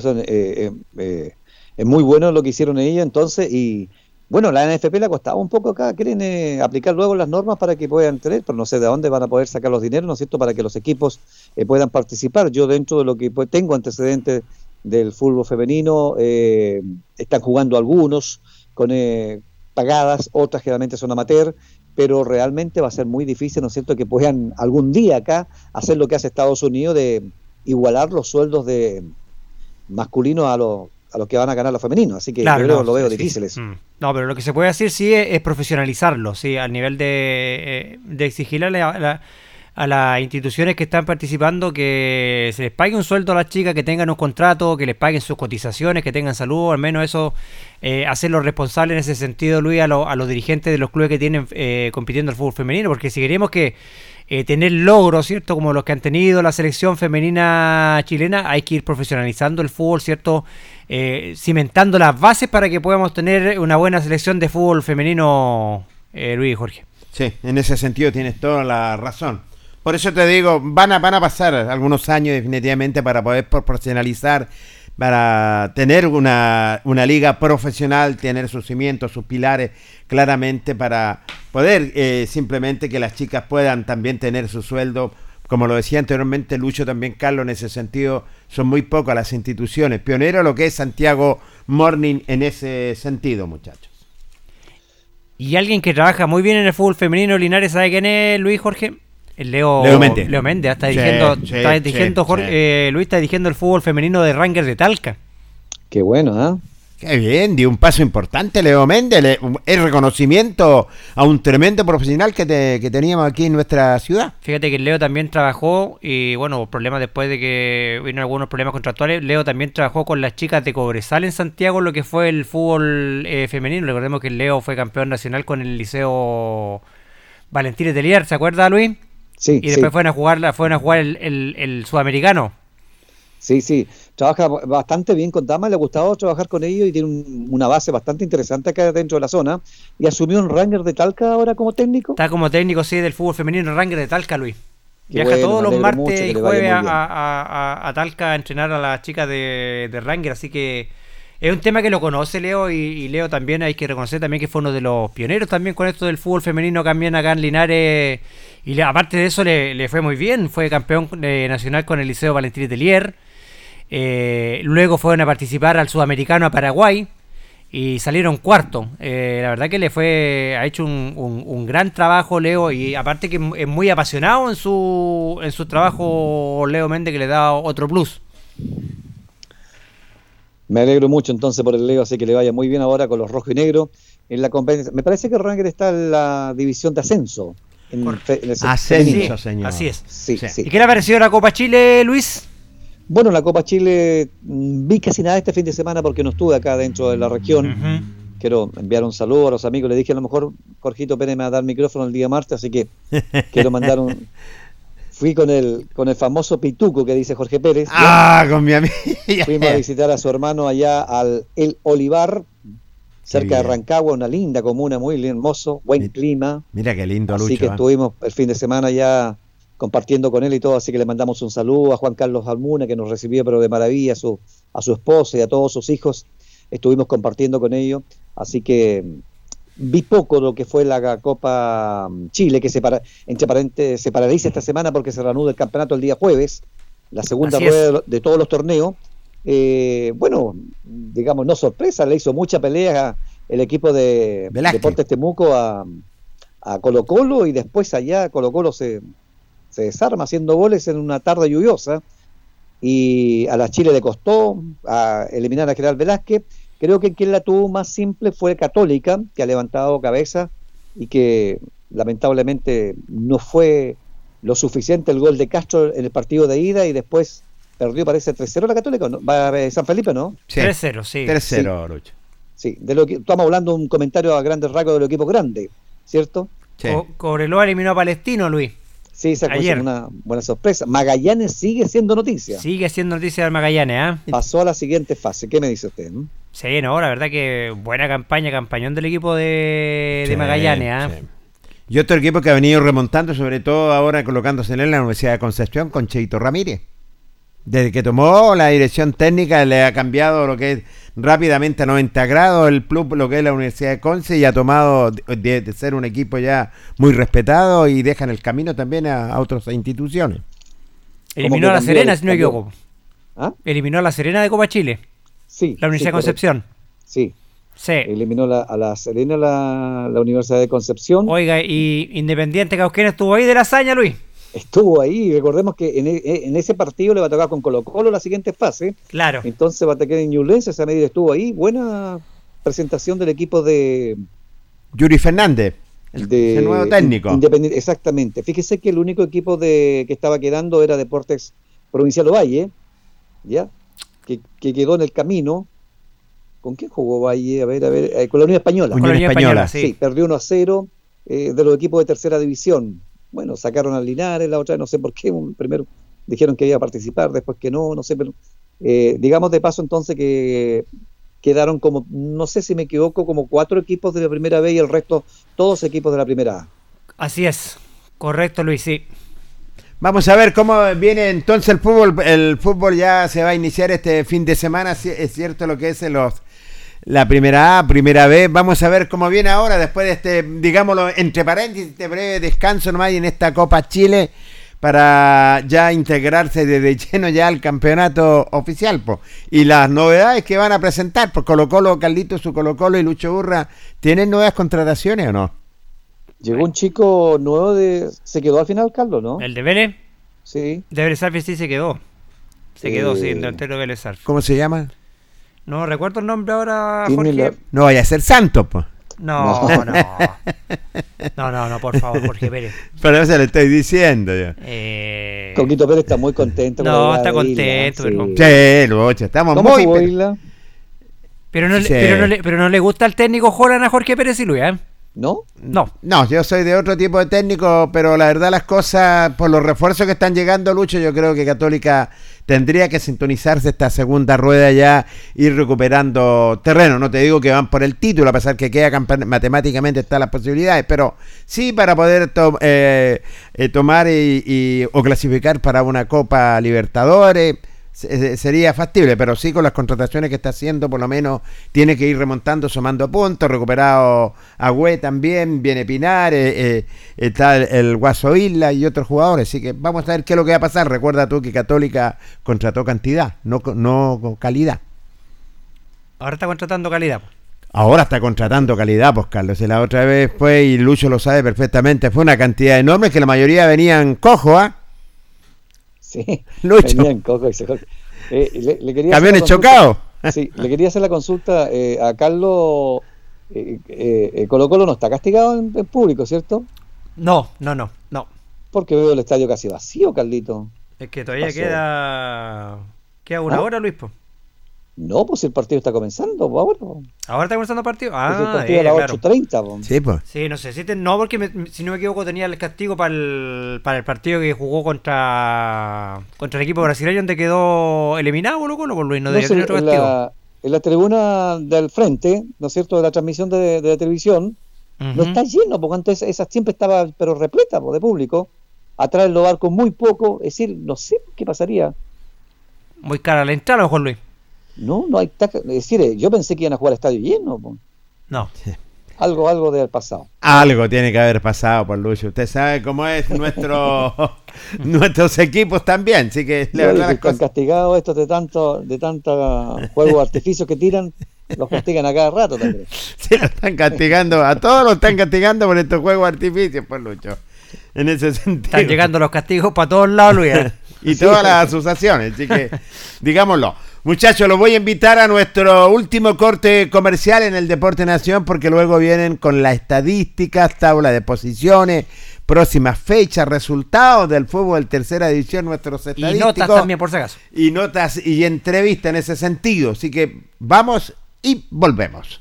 es muy bueno lo que hicieron ellos entonces. Y bueno, la NFP le ha costado un poco acá, quieren aplicar luego las normas para que puedan tener, pero no sé de dónde van a poder sacar los dineros, ¿no es cierto?, para que los equipos puedan participar. Yo dentro de lo que tengo antecedentes del fútbol femenino, están jugando algunos con pagadas, otras generalmente son amateur, pero realmente va a ser muy difícil, ¿no es cierto?, que puedan algún día acá hacer lo que hace Estados Unidos de igualar los sueldos de masculinos a los que van a ganar los femeninos, así que claro, yo lo veo difícil eso. No, pero lo que se puede decir sí es profesionalizarlo, sí, al nivel de exigirle a las instituciones que están participando que se les pague un sueldo a las chicas, que tengan un contrato, que les paguen sus cotizaciones, que tengan salud, al menos eso, hacerlo responsable en ese sentido, Luis, a los dirigentes de los clubes que tienen compitiendo el fútbol femenino, porque si queremos que tener logros, ¿cierto?, como los que han tenido la selección femenina chilena, hay que ir profesionalizando el fútbol, ¿cierto?, cimentando las bases para que podamos tener una buena selección de fútbol femenino, Luis y Jorge. Sí, en ese sentido tienes toda la razón. Por eso te digo, van a pasar algunos años definitivamente para poder profesionalizar, para tener una liga profesional, tener sus cimientos, sus pilares claramente, para poder simplemente que las chicas puedan también tener su sueldo. Como lo decía anteriormente Lucho, también Carlos, en ese sentido son muy pocas las instituciones. Pionero lo que es Santiago Morning en ese sentido, muchachos. Y alguien que trabaja muy bien en el fútbol femenino, Linares, ¿sabe quién es, Luis, Jorge? Leo Méndez. Leo Méndez, está dirigiendo, Luis está dirigiendo el fútbol femenino de Rangers de Talca. Qué bueno, ¿eh? Qué bien, dio un paso importante Leo Méndez, el reconocimiento a un tremendo profesional que teníamos aquí en nuestra ciudad. Fíjate que Leo también trabajó, y bueno, problemas después de que vino algunos problemas contractuales, Leo también trabajó con las chicas de Cobresal en Santiago, lo que fue el fútbol femenino. Recordemos que Leo fue campeón nacional con el Liceo Valentín Letelier, ¿se acuerda, Luis? Sí. Y después fueron a jugar el sudamericano. Sí, trabaja bastante bien con damas, le ha gustado trabajar con ellos y tiene una base bastante interesante acá dentro de la zona. Y asumió un Rangers de Talca ahora como técnico. Está como técnico, sí, del fútbol femenino Rangers de Talca, Luis. Viaja bueno, todos los martes y jueves a Talca a entrenar a las chicas de Rangers, así que es un tema que lo conoce Leo, y Leo también hay que reconocer también que fue uno de los pioneros también con esto del fútbol femenino también acá en Linares, y aparte de eso le fue muy bien, fue campeón nacional con el Liceo Valentín Letelier. Luego fueron a participar al Sudamericano a Paraguay y salieron cuarto. La verdad que ha hecho un gran trabajo Leo, y aparte que es muy apasionado en su trabajo Leo Méndez, que le da otro plus. Me alegro mucho entonces por el Leo, así que le vaya muy bien ahora con los rojos y negros en la competencia. Me parece que el Rangers está en la división de ascenso. Ascenso, señor. Así es. Sí. ¿Y qué le ha parecido la Copa Chile, Luis? Bueno, la Copa Chile vi casi nada este fin de semana porque no estuve acá dentro de la región. Uh-huh. Quiero enviar un saludo a los amigos. Le dije, a lo mejor Jorgito Pérez me va a dar micrófono el día martes, así que quiero mandar Fui con el famoso pituco que dice Jorge Pérez. Con mi amigo. Fuimos a visitar a su hermano allá al El Olivar, cerca de Rancagua, una linda comuna, muy hermoso, buen clima. Mira qué lindo, Lucho. Así que estuvimos el fin de semana ya compartiendo con él y todo, así que le mandamos un saludo a Juan Carlos Almuna, que nos recibió pero de maravilla, a su esposa y a todos sus hijos. Estuvimos compartiendo con ellos, así que vi poco lo que fue la Copa Chile, que se paraliza esta semana porque se reanuda el campeonato el día jueves, la segunda rueda de todos los torneos. Bueno, digamos, no sorpresa, le hizo mucha pelea el equipo de Deportes Temuco a Colo Colo, y después allá Colo Colo se desarma haciendo goles en una tarde lluviosa, y a la Chile le costó a eliminar a General Velázquez. Creo que quien la tuvo más simple fue Católica, que ha levantado cabeza y que lamentablemente no fue lo suficiente el gol de Castro en el partido de ida, y después perdió, parece 3-0 la Católica, ¿no? Va a San Felipe, ¿no? Sí. 3-0, sí. 3-0, Lucho. Sí, de lo que estamos hablando, un comentario a grandes rasgos del equipo grande, ¿cierto? Sí. Cobreloa eliminó a Palestino, Luis. Sí, esa fue una buena sorpresa. Magallanes sigue siendo noticia. Sigue siendo noticia del Magallanes, ¿eh? Pasó a la siguiente fase. ¿Qué me dice usted? Sí, no, la verdad que buena campañón del equipo de Magallanes, ¿eh? Sí. Y otro equipo que ha venido remontando, sobre todo ahora colocándose en la Universidad de Concepción, con Cheito Ramírez. Desde que tomó la dirección técnica le ha cambiado lo que es rápidamente a 90 grados el club, lo que es la Universidad de Conce, y ha tomado de ser un equipo ya muy respetado, y dejan el camino también a otras instituciones. Eliminó a La Serena, si no me equivoco. Eliminó a La Serena de Copa Chile. Sí. La Universidad de Concepción. Sí. Eliminó a La Serena la Universidad de Concepción. Oiga, y Independiente Cauquenes estuvo ahí de la hazaña, Luis. Estuvo ahí, recordemos que en ese partido le va a tocar con Colo Colo la siguiente fase. Claro. Entonces va a tener en Ñublense, esa medida estuvo ahí. Buena presentación del equipo de Yuri Fernández, el nuevo técnico. Independiente, exactamente. Fíjese que el único equipo que estaba quedando era Deportes Provincial Ovalle, ¿ya? Que quedó en el camino. ¿Con quién jugó Valle? A ver, con la Unión Española. Unión Española, sí. Perdió 1-0 de los equipos de tercera división. Bueno, sacaron a Linares, la otra no sé por qué, primero dijeron que iba a participar, después que no sé, pero Digamos de paso entonces que quedaron como, no sé si me equivoco, como 4 equipos de la primera B y el resto todos equipos de la primera A. Así es, correcto, Luis, sí. Vamos a ver cómo viene entonces el fútbol. El fútbol ya se va a iniciar este fin de semana, es cierto lo que es la primera A, primera B. Vamos a ver cómo viene ahora después de este, digámoslo, entre paréntesis, este breve descanso nomás y en esta Copa Chile para ya integrarse desde lleno ya al campeonato oficial, po. Y las novedades que van a presentar, por Colo-Colo, Carlitos, su Colo-Colo y Lucho Burra, ¿tienen nuevas contrataciones o no? Llegó un chico nuevo se quedó al final, Carlos, ¿no? ¿El de Vélez? Sí. De Vélez Sarsfield sí se quedó. Sí, el delantero Vélez Sarsfield. ¿Cómo se llama? No recuerdo el nombre ahora, Jorge. No vaya a ser Santos, pues. No, por favor, Jorge Pérez. Pero eso le estoy diciendo yo. Coquito Pérez está muy contento. No, está contento. Sí, Lucho, estamos muy... Pero no le gusta el técnico Joran a Jorge Pérez y Luis, ¿eh? ¿No? No, yo soy de otro tipo de técnico, pero la verdad las cosas, por los refuerzos que están llegando, Lucho, yo creo que Católica tendría que sintonizarse esta segunda rueda ya, ir recuperando terreno. No te digo que van por el título, a pesar que queda matemáticamente están las posibilidades, pero sí para poder tomar o clasificar para una Copa Libertadores. Sería factible, pero sí con las contrataciones que está haciendo, por lo menos tiene que ir remontando, sumando puntos. Recuperado Agüe también, viene Pinar, está el Guaso Isla y otros jugadores, así que vamos a ver qué es lo que va a pasar. Recuerda tú que Católica contrató cantidad, no calidad. Ahora está contratando calidad. Ahora está contratando calidad, pues Carlos, y la otra vez fue, y Lucho lo sabe perfectamente, fue una cantidad enorme que la mayoría venían cojos, ¿ah? Sí, Lucho. Le quería camiones chocados. Sí, le quería hacer la consulta a Carlos. Colo-Colo no está castigado en público, ¿cierto? No. Porque veo el estadio casi vacío, Carlito. Es que todavía queda una hora, Luis. No, pues el partido está comenzando, ahora. ¿Ahora está comenzando el partido? El partido a las 8:30. Sí, pues. Sí, no sé, no, porque si no me equivoco tenía el castigo para el partido que jugó contra el equipo brasileño, donde quedó eliminado Colo-Colo, por Luis, no debería tener otro castigo. En la tribuna del frente, ¿no es cierto?, de la transmisión de la televisión, no está lleno, porque antes esa siempre estaba, pero repleta de público. Atrás los barcos muy poco, es decir, no sé qué pasaría. Muy cara la entrada, Juan Luis. No hay es decir, yo pensé que iban a jugar al estadio lleno. No. Algo debe haber pasado. Algo tiene que haber pasado por Lucho. Usted sabe cómo es nuestros equipos también, así que la verdad están castigados estos de tanto juegos de artificios que tiran, los castigan a cada rato también. Sí, lo están castigando, a todos los están castigando por estos juegos de artificios, por Lucho. En ese sentido. Están llegando los castigos para todos lados, Luis. Y todas las asociaciones, así que digámoslo. Muchachos, los voy a invitar a nuestro último corte comercial en el Deporte Nación, porque luego vienen con las estadísticas, tabla de posiciones, próximas fechas, resultados del fútbol tercera división, nuestros estadísticos. Y notas también, por si acaso. Y notas y entrevistas en ese sentido. Así que vamos y volvemos.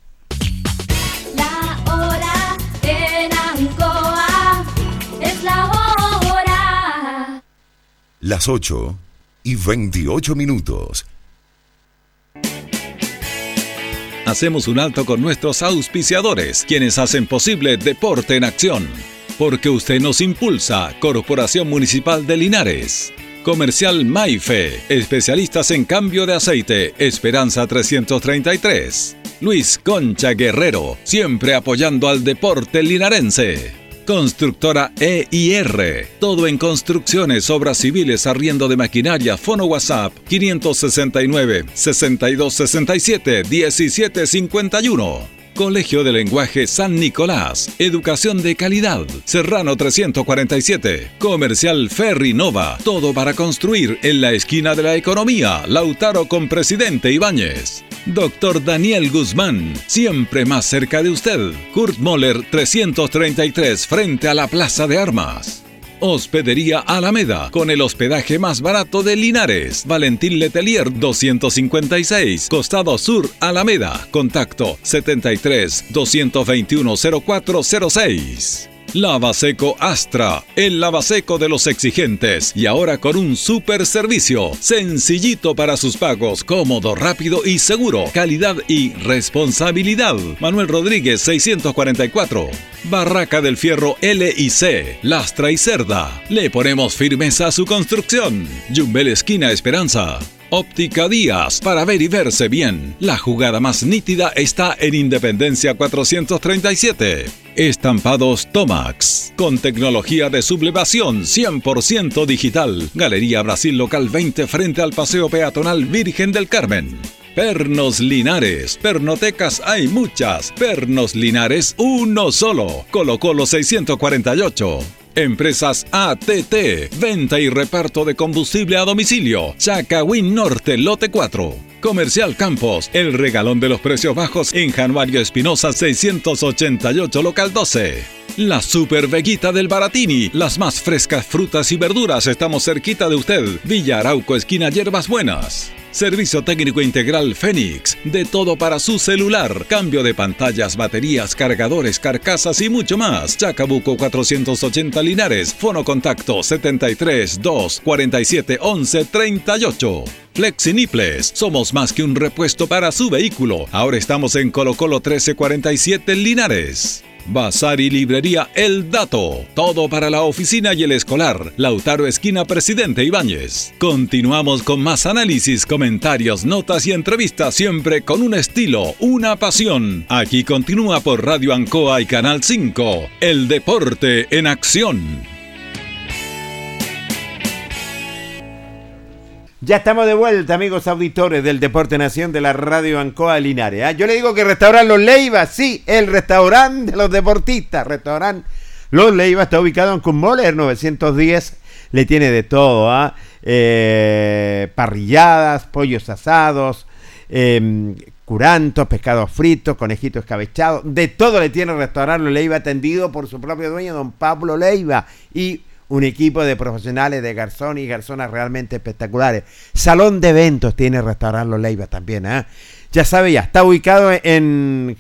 La hora en Ancoa es la hora. Las 8:28. Hacemos un alto con nuestros auspiciadores, quienes hacen posible Deporte en Acción. Porque usted nos impulsa. Corporación Municipal de Linares. Comercial Maife, especialistas en cambio de aceite, Esperanza 333. Luis Concha Guerrero, siempre apoyando al deporte linarense. Constructora EIR, todo en construcciones, obras civiles, arriendo de maquinaria. Fono WhatsApp 569-6267-1751. Colegio de Lenguaje San Nicolás, educación de calidad. Serrano 347, Comercial Ferry Nova, todo para construir en la esquina de la economía. Lautaro con Presidente Ibáñez. Dr. Daniel Guzmán, siempre más cerca de usted. Kurt Moller 333, frente a la Plaza de Armas. Hospedería Alameda, con el hospedaje más barato de Linares. Valentín Letelier 256, Costado Sur, Alameda. Contacto 73 221 0406. Lavaseco Astra, el lavaseco de los exigentes y ahora con un super servicio, sencillito para sus pagos, cómodo, rápido y seguro, calidad y responsabilidad. Manuel Rodríguez 644. Barraca del Fierro L y C, lastra y cerda. Le ponemos firmeza a su construcción. Yumbel esquina Esperanza. Óptica Díaz, para ver y verse bien. La jugada más nítida está en Independencia 437. Estampados Tomax, con tecnología de sublevación 100% digital. Galería Brasil Local 20 frente al Paseo Peatonal Virgen del Carmen. Pernos Linares, pernotecas hay muchas. Pernos Linares, uno solo. Colo Colo 648. Empresas ATT, venta y reparto de combustible a domicilio. Chacawin Norte, lote 4. Comercial Campos, el regalón de los precios bajos en Januario Espinosa 688, local 12. La Super Veguita del Baratini, las más frescas frutas y verduras, estamos cerquita de usted. Villa Arauco, esquina Hierbas Buenas. Servicio técnico integral Fénix, de todo para su celular, cambio de pantallas, baterías, cargadores, carcasas y mucho más. Chacabuco 480 Linares, fono contacto 73 2 47 11 38. Flexiniples, somos más que un repuesto para su vehículo. Ahora estamos en Colo Colo 1347 Linares. Bazar y librería El Dato, todo para la oficina y el escolar. Lautaro esquina Presidente Ibáñez. Continuamos con más análisis, comentarios, notas y entrevistas, siempre con un estilo, una pasión. Aquí continúa por Radio Ancoa y Canal 5, El Deporte en Acción. Ya estamos de vuelta, amigos auditores del Deporte Nación de la Radio Ancoa Linares. Yo le digo que restaurante Los Leivas, sí, el restaurante de los deportistas. Restaurante Los Leivas está ubicado en Kummoller 910. Le tiene de todo, parrilladas, pollos asados, curantos, pescados fritos, conejitos escabechados. De todo le tiene el restaurante Los Leivas, atendido por su propio dueño, don Pablo Leiva, y un equipo de profesionales de garzón y garzonas realmente espectaculares. Salón de eventos tiene el restaurante Los Leivas también. Ya sabe, ya está ubicado en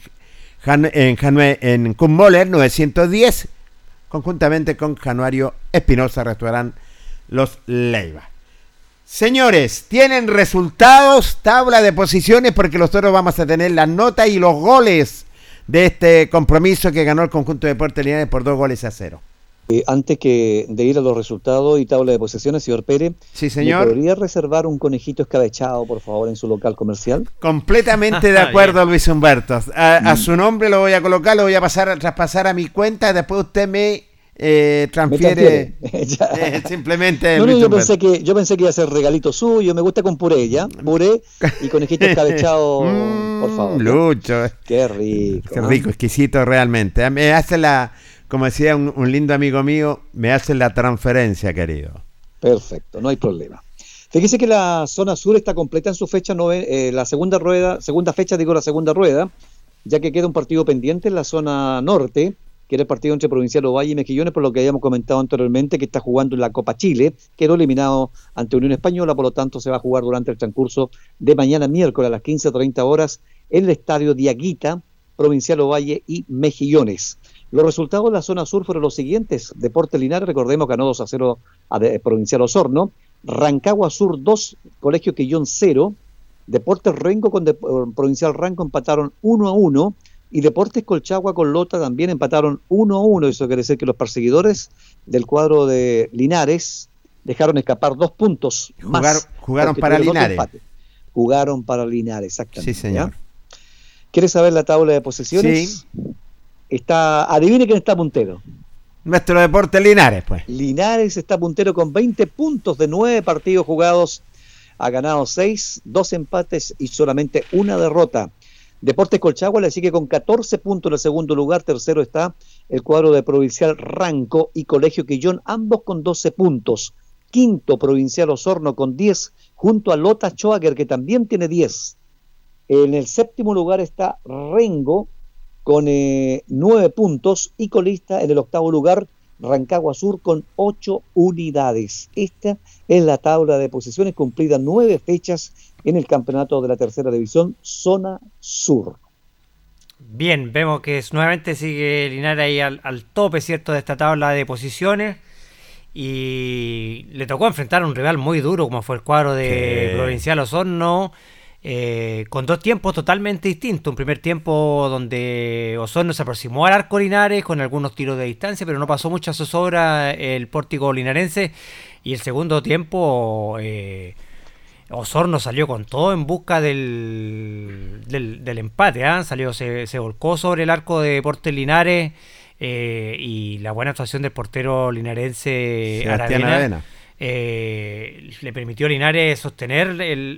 Kummoller 910, conjuntamente con Januario Espinosa, restaurante Los Leivas. Señores, tienen resultados, tabla de posiciones, porque nosotros vamos a tener las notas y los goles de este compromiso que ganó el conjunto de Deportes Linares por 2-0. Antes de ir a los resultados y tabla de posesiones, señor Pérez, sí, señor, ¿me podría reservar un conejito escabechado, por favor, en su local comercial? Completamente de acuerdo, Luis Humberto. A su nombre lo voy a colocar, lo voy a traspasar a mi cuenta, después usted me transfiere simplemente. No, yo pensé que iba a ser regalito suyo. Me gusta con puré, ¿ya? Puré y conejito escabechado, por favor. Lucho. Qué rico. Qué rico, exquisito realmente. Me hace como decía un lindo amigo mío, me hace la transferencia, querido. Perfecto, no hay problema. Fíjese que la zona sur está completa en su fecha, la segunda fecha, ya que queda un partido pendiente en la zona norte, que era el partido entre Provincial Ovalle y Mejillones, por lo que habíamos comentado anteriormente, que está jugando en la Copa Chile, quedó eliminado ante Unión Española, por lo tanto se va a jugar durante el transcurso de mañana miércoles a las 15:30 horas en el estadio Diaguita, Provincial Ovalle y Mejillones. Los resultados de la zona sur fueron los siguientes: Deportes Linares, recordemos, ganó 2-0 a Provincial Osorno. Rancagua Sur 2, Colegio Quillón 0. Deportes Rengo con Provincial Ranco empataron 1-1. Y Deportes Colchagua con Lota también empataron 1-1. Eso quiere decir que los perseguidores del cuadro de Linares dejaron escapar 2 puntos más. Jugaron para Linares. Jugaron para Linares, exactamente. Sí, señor. ¿Ya? ¿Quieres saber la tabla de posesiones? Sí. Adivine quién está puntero. Nuestro Deportes Linares, pues. Linares está puntero con 20 puntos de 9 partidos jugados. Ha ganado 6, 2 empates y solamente 1 derrota. Deportes Colchagua le sigue con 14 puntos en el segundo lugar. Tercero está el cuadro de Provincial Ranco y Colegio Quillón, ambos con 12 puntos. Quinto, Provincial Osorno con 10, junto a Lota Choager, que también tiene 10. En el séptimo lugar está Rengo con 9 puntos y colista en el octavo lugar Rancagua Sur con 8 unidades. Esta es la tabla de posiciones, cumplidas 9 fechas en el campeonato de la tercera división, zona sur. Bien, vemos que nuevamente sigue Linares ahí al tope, ¿cierto?, de esta tabla de posiciones. Y le tocó enfrentar a un rival muy duro como fue el cuadro de Provincial Osorno, con dos tiempos totalmente distintos. Un primer tiempo donde Osorno se aproximó al arco Linares con algunos tiros de distancia, pero no pasó mucha zozobra el pórtico linarense. Y el segundo tiempo Osorno salió con todo en busca del empate, se volcó sobre el arco de Deportes Linares. Y la buena actuación del portero linarense Aravena le permitió a Linares sostener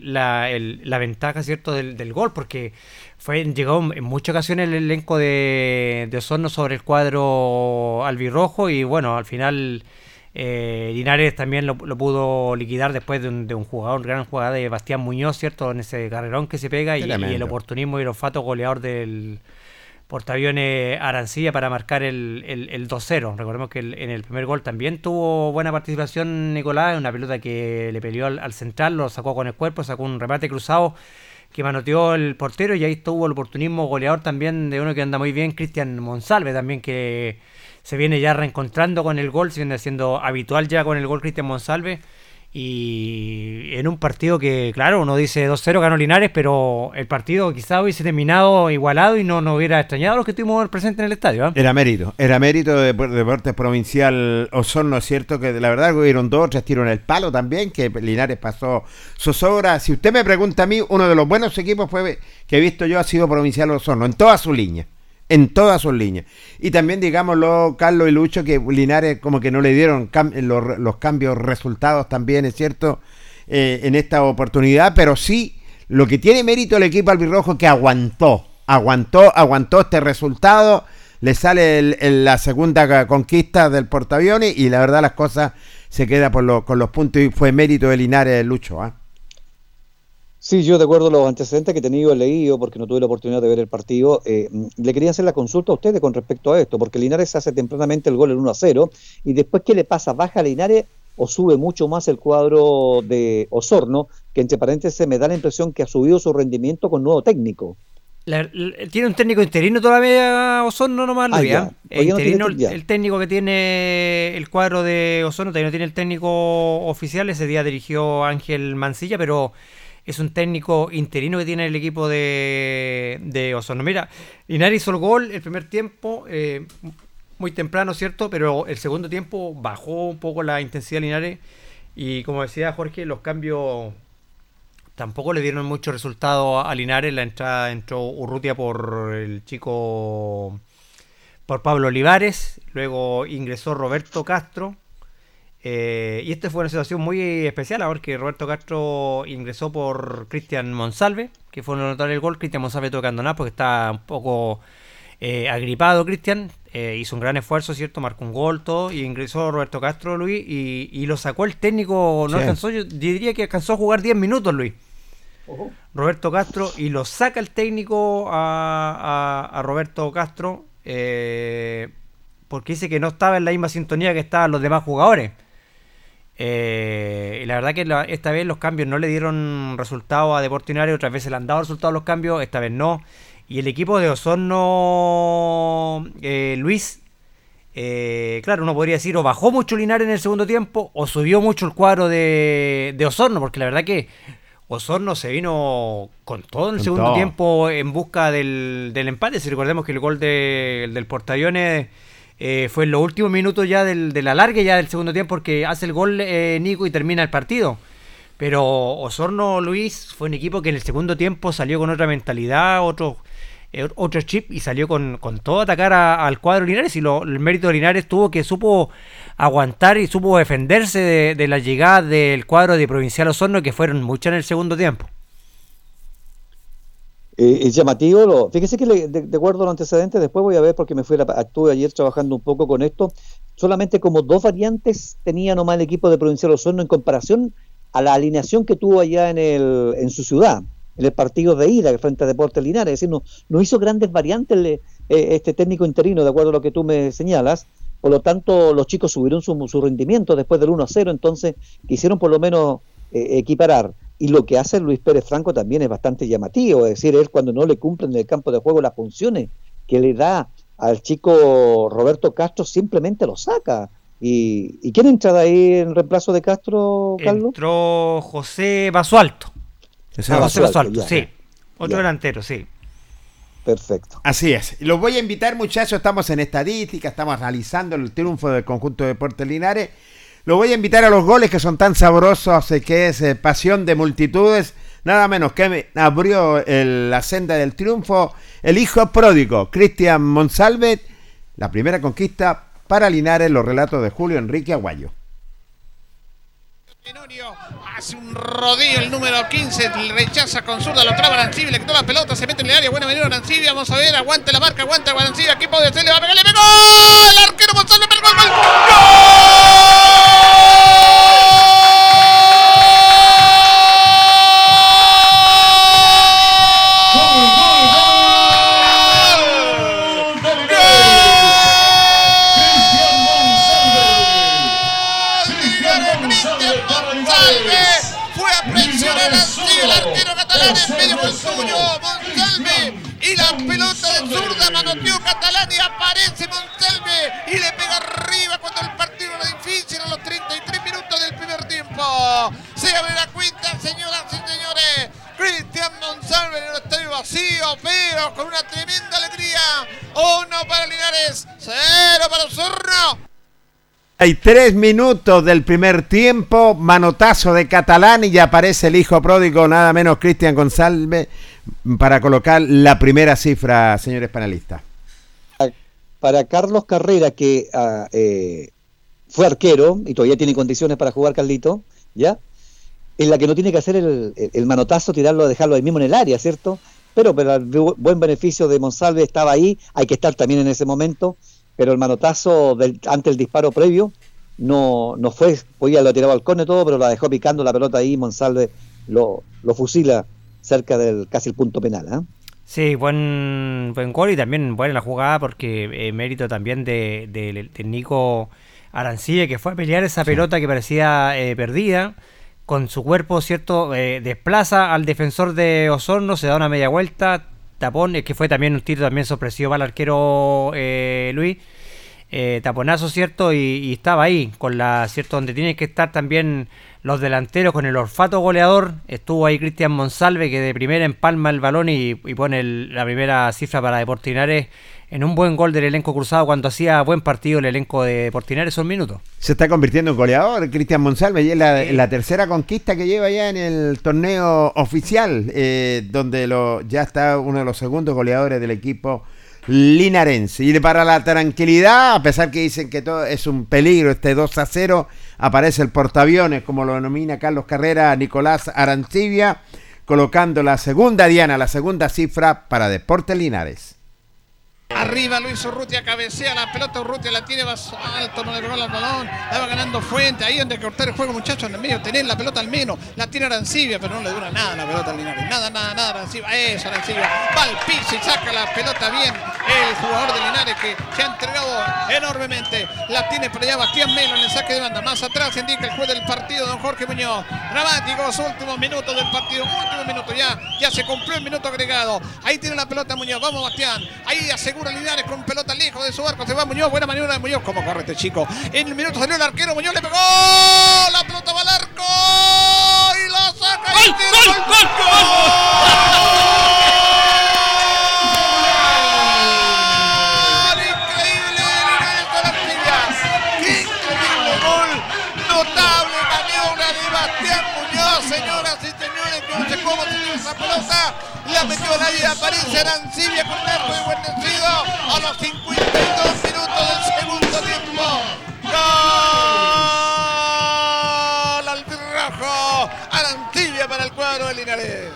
la ventaja, ¿cierto?, del gol, porque llegó en muchas ocasiones el elenco de Osorno sobre el cuadro albirrojo, y bueno, al final Linares también lo pudo liquidar después de un gran jugada de Bastián Muñoz, ¿cierto?, en ese carrerón que se pega, y el oportunismo y el olfato goleador del portaaviones Arancilla para marcar el 2-0. Recordemos que en el primer gol también tuvo buena participación Nicolás, una pelota que le peleó al central, lo sacó con el cuerpo, sacó un remate cruzado que manoteó el portero, y ahí estuvo el oportunismo goleador también de uno que anda muy bien, Cristian Monsalve, también, que se viene ya reencontrando con el gol, se viene haciendo habitual ya con el gol Cristian Monsalve. Y en un partido que, claro, uno dice 2-0 ganó Linares, pero el partido quizá hubiese terminado igualado y no hubiera extrañado a los que estuvimos presentes en el estadio, ¿eh? Era mérito de Deportes Provincial Osorno, cierto que la verdad hubieron 2 o 3 tiros en el palo también, que Linares pasó zozobra. Si usted me pregunta a mí, uno de los buenos equipos que he visto yo ha sido Provincial Osorno, en todas sus líneas. Y también, digámoslo, Carlos y Lucho, que Linares como que no le dieron los cambios resultados también, es cierto, en esta oportunidad, pero sí, lo que tiene mérito el equipo albirrojo es que aguantó este resultado, le sale la segunda conquista del portaaviones, y la verdad las cosas se quedan con los puntos, y fue mérito de Linares, Lucho, ¿eh? Sí, yo de acuerdo a los antecedentes que he tenido, he leído, porque no tuve la oportunidad de ver el partido, le quería hacer la consulta a ustedes con respecto a esto, porque Linares hace tempranamente el gol en 1-0, y después, ¿qué le pasa? ¿Baja Linares o sube mucho más el cuadro de Osorno, que entre paréntesis me da la impresión que ha subido su rendimiento con nuevo técnico? Tiene un técnico interino todavía Osorno nomás, el técnico que tiene el cuadro de Osorno, todavía no tiene el técnico oficial. Ese día dirigió Ángel Mancilla, pero es un técnico interino que tiene el equipo de Osorno. Mira, Linares hizo el gol el primer tiempo, muy temprano, ¿cierto? Pero el segundo tiempo bajó un poco la intensidad de Linares, y como decía Jorge, los cambios tampoco le dieron mucho resultado a Linares. La entrada entró Urrutia por Pablo Olivares, luego ingresó Roberto Castro. Y esta fue una situación muy especial, porque Roberto Castro ingresó por Cristian Monsalve, que fue a anotar el gol. Cristian Monsalve tuvo que abandonar porque está un poco agripado. Cristian hizo un gran esfuerzo, ¿cierto? Marcó un gol, todo, y ingresó Roberto Castro, Luis, y lo sacó el técnico. No alcanzó, yo diría que alcanzó a jugar 10 minutos, Luis. Roberto Castro, y lo saca el técnico a Roberto Castro, porque dice que no estaba en la misma sintonía que estaban los demás jugadores. Y la verdad que esta vez los cambios no le dieron resultado a Deportes Linares. Otras veces le han dado resultados los cambios, esta vez no. Y el equipo de Osorno, Luis, claro, uno podría decir o bajó mucho Linares en el segundo tiempo o subió mucho el cuadro de Osorno, porque la verdad que Osorno se vino con todo en el segundo tiempo en busca del empate. Si recordemos que el gol del portaaviones fue en los últimos minutos ya de la larga ya del segundo tiempo, porque hace el gol Nico y termina el partido. Pero Osorno, Luis, fue un equipo que en el segundo tiempo salió con otra mentalidad, otro chip, y salió con todo a atacar al cuadro Linares. Y el mérito de Linares tuvo que supo aguantar y supo defenderse de la llegada del cuadro de Provincial Osorno, que fueron muchas en el segundo tiempo. Es llamativo, fíjese que de acuerdo a los antecedentes, después voy a ver, porque estuve ayer trabajando un poco con esto, solamente como 2 variantes tenía nomás el equipo de Provincial Osorno en comparación a la alineación que tuvo allá en su ciudad, en el partido de ida frente a Deportes Linares. Es decir, no hizo grandes variantes este técnico interino, de acuerdo a lo que tú me señalas. Por lo tanto, los chicos subieron su rendimiento después del 1-0, entonces quisieron por lo menos equiparar. y lo que hace Luis Pérez Franco también es bastante llamativo, es decir, él cuando no le cumplen en el campo de juego las funciones que le da al chico Roberto Castro, simplemente lo saca. ¿Y quién entra de ahí en reemplazo de Castro, Carlos? Entró José Basualto. José Basualto, ya, sí. Otro delantero, sí. Perfecto. Así es. Los voy a invitar, muchachos. Estamos en estadística, estamos analizando el triunfo del conjunto de Deportes Linares. Los voy a invitar a los goles que son tan sabrosos, que es pasión de multitudes. Nada menos que abrió la senda del triunfo el hijo pródigo, Cristian Monsalve. La primera conquista para Linares, los relatos de Julio Enrique Aguayo. Hace un rodillo el número 15, rechaza con zurda, lo traba Arancibia, le quitó la pelota, se mete en el área, buena manera Arancibia, vamos a ver, aguanta la marca, aguanta Arancibia, aquí puede ser, le va a pegar, le pegó, el arquero Monsalve, pegó el gol, el arquero catalán en medio del suyo, Monsalve, y la pelota de zurda manoteó Catalán y aparece Monsalve y le pega arriba cuando el partido era difícil a los 33 minutos del primer tiempo. Se abre la cuenta, señoras y señores. Cristian Monsalve en un estadio vacío, pero con una tremenda alegría. 1 para Linares, 0 para Osorno. Hay 3 minutos del primer tiempo, manotazo de Catalán y ya aparece el hijo pródigo, nada menos Cristian González, para colocar la primera cifra, señores panelistas. Para Carlos Carrera, que fue arquero y todavía tiene condiciones para jugar, Carlito, ¿ya? En la que no tiene que hacer el manotazo, tirarlo, dejarlo ahí mismo en el área, ¿cierto? Pero el buen beneficio de Monsalve estaba ahí, hay que estar también en ese momento. Pero el manotazo ante el disparo previo no fue, podía lo tiraba al córner todo, pero la dejó picando la pelota ahí, Monsalve lo fusila cerca del casi el punto penal, ¿eh? Sí, buen gol y también buena la jugada porque mérito también de Nico Arancibia, que fue a pelear esa pelota que parecía perdida, con su cuerpo, ¿cierto? Desplaza al defensor de Osorno, se da una media vuelta, tapón, que fue también un tiro también sorpresivo para el arquero Luis, taponazo, ¿cierto? Y estaba ahí, con la, ¿cierto? Donde tienen que estar también los delanteros, con el olfato goleador. Estuvo ahí Cristian Monsalve, que de primera empalma el balón y pone la primera cifra para Deportes Linares en un buen gol del elenco cruzado cuando hacía buen partido el elenco de Deportes Linares esos minutos. Se está convirtiendo en goleador Cristian Monsalve y es la tercera conquista que lleva ya en el torneo oficial, donde ya está uno de los segundos goleadores del equipo linarense. Y para la tranquilidad, a pesar que dicen que todo es un peligro, 2-0, aparece el portaaviones, como lo denomina Carlos Carrera, Nicolás Arancibia, colocando la segunda diana, la segunda cifra para Deportes Linares. Arriba Luis Urrutia, cabecea la pelota, Urrutia la tiene más alto, no le pegó al balón, la va ganando Fuente, ahí donde cortar el juego, muchachos, en el medio, tener la pelota al menos, la tiene Arancibia, pero no le dura nada la pelota al Linares, nada Arancibia, eso Arancibia, va al piso y saca la pelota bien, el jugador de Linares que se ha entregado enormemente, la tiene por allá Bastián Melo en el saque de banda, más atrás indica el juez del partido, don Jorge Muñoz, dramáticos últimos minutos del partido, ya se cumplió el minuto agregado, ahí tiene la pelota Muñoz, vamos Bastián, ahí asegura Linares con pelota lejos de su arco, se va Muñoz, buena maniobra de Muñoz, como corre este chico, en el minuto salió el arquero, Muñoz le pegó, la pelota va al arco y lo saca y increíble Linares con las tibias, qué increíble gol, notable maniobra de Bastián Muñoz, señoras y señores, que no sé cómo tiene esa pelota, la metió al área, aparece Arancibia con un arco de guarnecido a los 52 minutos del segundo tiempo. ¡Gol! Albirrojo, Arancibia para el cuadro de Linares.